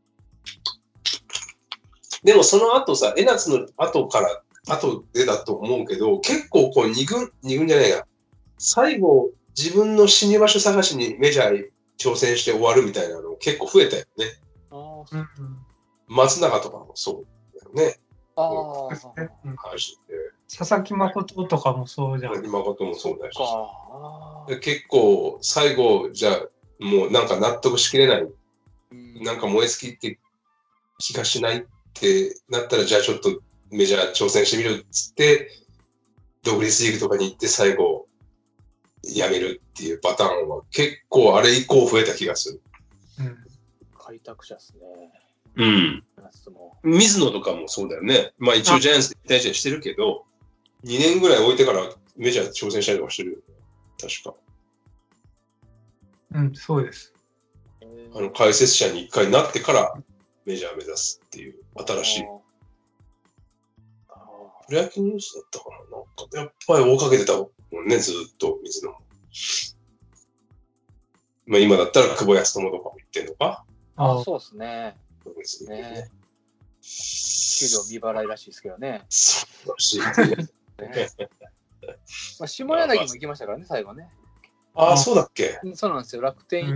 Speaker 2: でもその後さ、江夏の後から、後でだと思うけど、結構こう二軍、二軍じゃないや、最後自分の死に場所探しにメジャーに挑戦して終わるみたいなの結構増えたよね。あ、うん、松永とかもそうだよね。ああ、うん、
Speaker 4: 佐々木誠とかもそうじゃん。
Speaker 2: 佐々木誠もそうだし。結構最後じゃあもうなんか納得しきれない、うん、なんか燃え尽きって気がしないってなったら、じゃあちょっとメジャー挑戦してみるっつって、独立リーグとかに行って最後、辞めるっていうパターンは結構あれ以降増えた気がする。
Speaker 3: うん、開拓者ですね。
Speaker 2: うん。水野とかもそうだよね。まあ一応ジャイアンツで引退試合してるけど、にねんぐらい置いてからメジャー挑戦したりとかしてるよね。確か。
Speaker 4: うん、そうです。
Speaker 2: あの解説者に一回なってからメジャー目指すっていう新しい。プロ野球ニュースだったかな、なんかやっぱり追いかけてたもんね、ずっと水野。まあ今だったら久保康友とかも言ってんのか。
Speaker 3: ああ、そうですね。そうですね。給料未払いらしいですけどね。
Speaker 2: そうらしいね。
Speaker 3: まあ下柳も行きましたからね、最後ね。
Speaker 2: ああ、そうだっけ。
Speaker 3: そうなんですよ。楽天行って、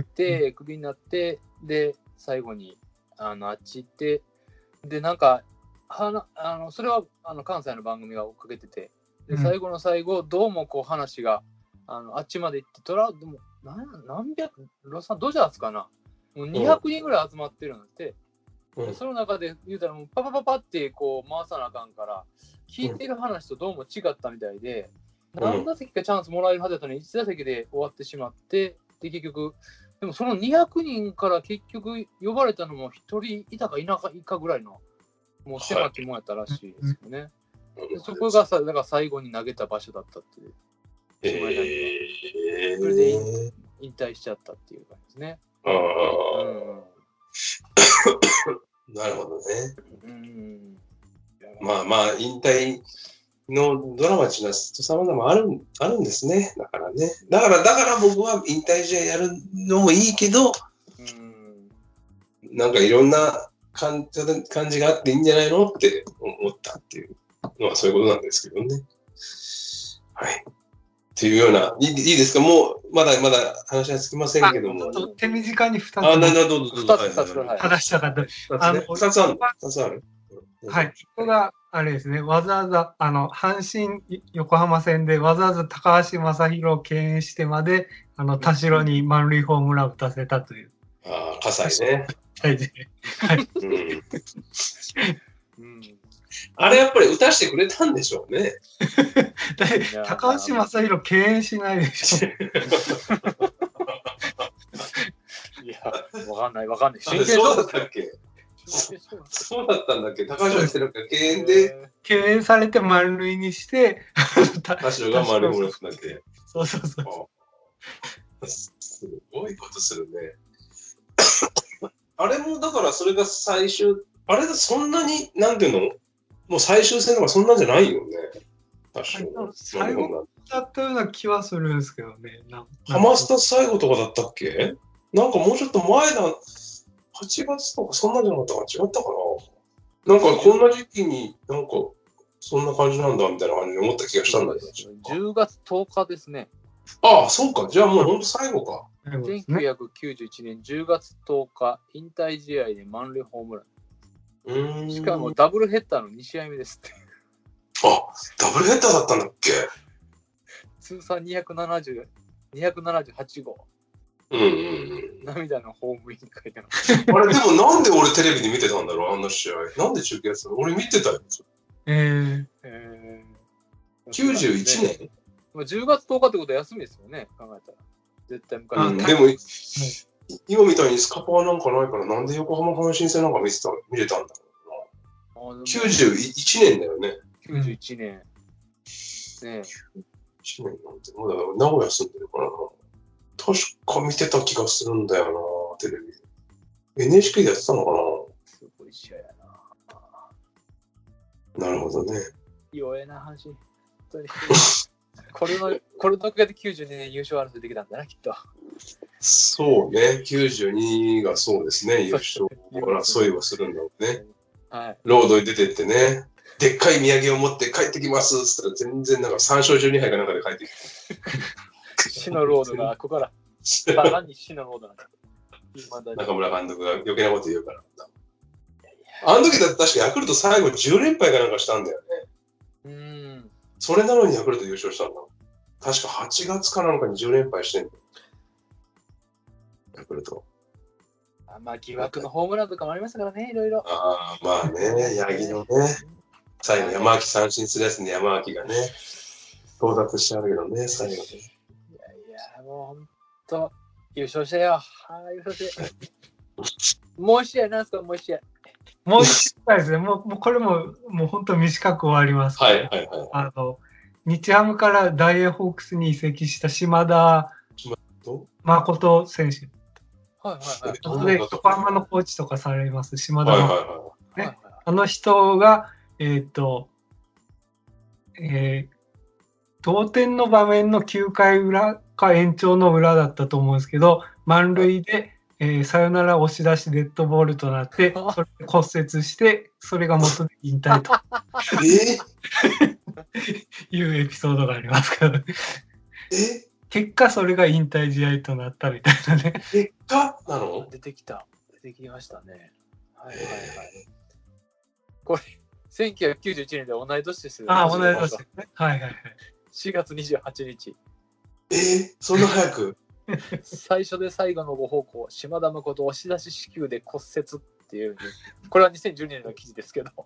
Speaker 3: クビになって、で、最後にあのあっち行って、で、なんか、はなあのそれはあの関西の番組が追っかけてて、で最後の最後、どうもこう話があのあっちまで行って、トラでも何何百、ロサンドジャースかな、もうにひゃくにんぐらい集まってるんで、うん、その中で言うたら、もうパパパパってこう回さなあかんから、聞いてる話とどうも違ったみたいで、うん、何打席かチャンスもらえるはずだったのに、いち打席で終わってしまって、で結局、でもそのにひゃくにんから結局呼ばれたのもひとりいたかいなかいかぐらいの。もう狭きもんやったらしいですよね。はい、でそこがさ、だから最後に投げた場所だったっていう。えー、それで引退しちゃったっていう感じですね。ああ、
Speaker 2: うん、なるほどね。うん、まあまあ、引退のドラマっていうのは様々ある、あるんですね。だからね。だから、だから僕は引退試合やるのもいいけど、うん、なんかいろんな感じ、感じがあっていいんじゃないのって思ったっていうのはそういうことなんですけどね。はい。っていうような、いい, いいですか、もう、まだまだ話はつきませんけども。
Speaker 4: 手短にふたつ。
Speaker 2: あ、なるほど、
Speaker 3: ふたつ、ふたつ、
Speaker 4: 話したかった。
Speaker 2: ふたつある。ふたつある。
Speaker 4: はい。ここが、あれですね、わざわざ、あの、阪神、横浜戦でわざわざ高橋正宏を敬遠してまで、あの、田代に満塁ホームランを打たせたという。
Speaker 2: ああ、葛西ね。はい。うん。あれやっぱり打たしてくれたんでしょうね。
Speaker 4: 高橋正宏敬遠しないでしょ。
Speaker 3: いや、わかんないわかんない。
Speaker 2: そうだったっけ？そうだったんだっけ？高橋正宏が敬遠で
Speaker 4: 敬遠されて満塁にして、
Speaker 2: 田代が満塁ホームランだっけ？
Speaker 4: そうそうそう。
Speaker 2: すごいことするね。あれもだからそれが最終、あれがそんなに、なんていうの、もう最終戦とかそんなんじゃないよね。確かに。
Speaker 4: 最後だったような気はするんですけどね。
Speaker 2: ハマスタ最後とかだったっけ？なんかもうちょっと前だ、はちがつとかそんなんじゃなかったか違ったかなんかこんな時期になんかそんな感じなんだみたいな感じで思った気がしたんだけど。
Speaker 3: じゅうがつとおかですね。
Speaker 2: ああ、そうか。じゃあもうほんと最後か。
Speaker 3: せんきゅうひゃくきゅうじゅういちねんじゅうがつとおか、引退試合で満塁ホームラン。
Speaker 2: うーん
Speaker 3: しかもダブルヘッダーのに試合目ですって。
Speaker 2: あ、ダブルヘッダーだったんだっけ？
Speaker 3: 通算にひゃくななじゅう、にひゃくななじゅうはちごう。
Speaker 2: うんうんうん。
Speaker 3: 涙のホームイン書いてます。
Speaker 2: あれ、でもなんで俺テレビで見てたんだろう、あんな試合。なんで中継やってたの？俺見てたよ。
Speaker 4: えー、
Speaker 3: えー、
Speaker 2: きゅうじゅういちねん？
Speaker 3: じゅうがつとおかってことは休みですよね、考えたら。絶対昔、
Speaker 2: うん、でも、今みたいにスカパーなんかないから、なんで横浜阪神戦なんか見てた見れたんだろうな。きゅうじゅういちねんだよね。
Speaker 3: きゅうじゅういちねん。ね
Speaker 2: え。きゅうじゅういちねんなんて、まだ名古屋住んでるからな。確か見てた気がするんだよな、テレビ。エヌエイチケー でやってたのかな。
Speaker 3: すごい試合や
Speaker 2: な。なるほどね。
Speaker 3: 弱えな、阪神。本当に。これの、これのおかげできゅうじゅうにねん優勝争いできたんだな、きっと。
Speaker 2: そうね、きゅうじゅうにがそうですね、優勝争いはするんだろうね。
Speaker 3: はい。
Speaker 2: ロードに出てってね、でっかい土産を持って帰ってきますっつったら全然なんかさん勝じゅうに敗かなんかで帰ってきて。
Speaker 3: 死のロードがここから、バカに死のロードなんだ。
Speaker 2: 中村監督が余計なこと言うから。あの時だって確かヤクルト最後じゅう連敗かなんかしたんだよね。
Speaker 3: うん。
Speaker 2: それなのにヤクルト優勝したんだ。確かはちがつかなんかにじゅう連敗してんの。ヤクルト。
Speaker 3: あまあ疑惑のホームランとかもありましたからね、いろいろ。
Speaker 2: ああ、まあね、ヤギのね。最後山脇三振するやつに山脇がね、到達しちゃうけどね、最後ね。い
Speaker 3: やいや、もうほんと、優勝したよ。はい、優勝して。もう一試合なんですか、もう一試合。
Speaker 4: もう一試合ですね。もう、もうこれも、もう本当短く終わります。
Speaker 2: はいはいはい。
Speaker 4: あの、日ハムからダイエーホークスに移籍した島田誠選手。
Speaker 3: はいはいはい。
Speaker 4: それで横浜のコーチとかされます島田
Speaker 2: はいはいはい、
Speaker 4: ね。あの人が、えっと、えー、同点の場面のきゅうかい裏か延長の裏だったと思うんですけど、満塁で、えー、サヨナラ押し出しデッドボールとなって、それで骨折して、それが元で引退というエピソードがありますから、ね。
Speaker 2: え
Speaker 4: 結果、それが引退試合となったみたいなね。
Speaker 2: 結果なの？
Speaker 3: 出てきた。出てきましたね。はいはいはい。これ、せんきゅうひゃくきゅうじゅういちねんで同い年ですよね。
Speaker 4: ああ、同い年ですね。はいはいはい。
Speaker 3: しがつにじゅうはちにち。
Speaker 2: えー、そんな早く
Speaker 3: 最初で最後のご奉公、島田誠押し出し子宮で骨折っていう、これはにせんじゅうにねんの記事ですけど。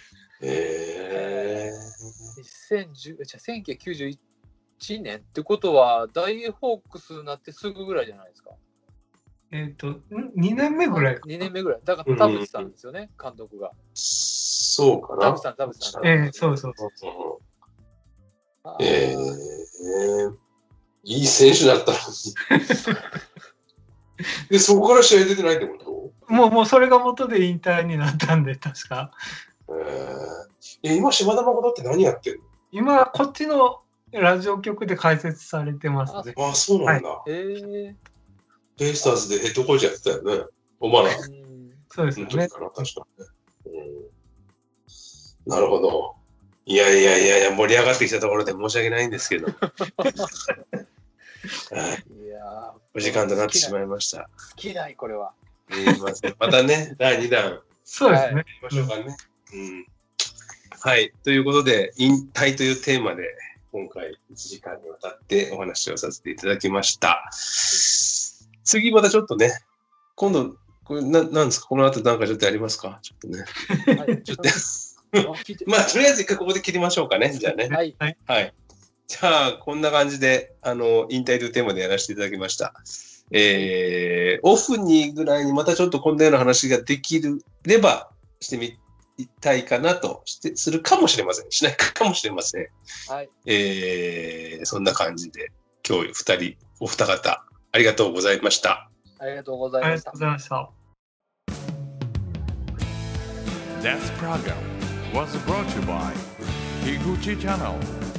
Speaker 2: え
Speaker 3: ー、せんきゅうひゃくきゅうじゅういちねんってことは、ダイエーホークスになってすぐぐらいじゃないですか。
Speaker 4: えっと、にねんめぐらいか。
Speaker 3: にねんめぐらい。だから田淵さんですよね、監督が。
Speaker 2: そうかな。
Speaker 3: 田淵さん、田淵さん。
Speaker 4: えー、そうそうそうそう。
Speaker 2: えー、いい選手だったのに。で、そこから試合出てないってこと？
Speaker 4: もう、もうそれが元で引退になったんで、確か。
Speaker 2: えー、今、島田誠って何やってるの？
Speaker 4: 今、こっちのラジオ局で解説されてますね。
Speaker 2: ああ、そうなんだ。
Speaker 3: はい、えー、
Speaker 2: ベイスターズでヘッドコーチやってたよね。おまら。
Speaker 4: そうですよね。
Speaker 2: 確かにね、うん。なるほど。いやいやいやいや、盛り上がってきたところで申し訳ないんですけど。いやお時間となってしまいました。
Speaker 3: 尽きない、これは。
Speaker 2: またね、だいにだん。
Speaker 4: そうですね。
Speaker 2: 行きましょうかね。うん。はい。ということで、引退というテーマで、今回いちじかんにわたってお話をさせていただきました。次またちょっとね、今度、これななんですか、この後なんかちょっとやりますか、ちょっとね。はい、ちょっとまあ、とりあえず一回ここで切りましょうかね。じゃあね。
Speaker 3: はい。
Speaker 2: はい。じゃあ、こんな感じで、あの、引退というテーマでやらせていただきました。えー、オフにぐらいにまたちょっとこんなような話ができればしてみたいかなとして、するかもしれません。しないかもしれません。
Speaker 3: はい。
Speaker 2: えー、そんな感じで、今日二人、お二方、ありがとうございました。
Speaker 3: ありがとうございました。
Speaker 4: ありがとうございました。
Speaker 1: This program was brought to you by Higuchi Channel.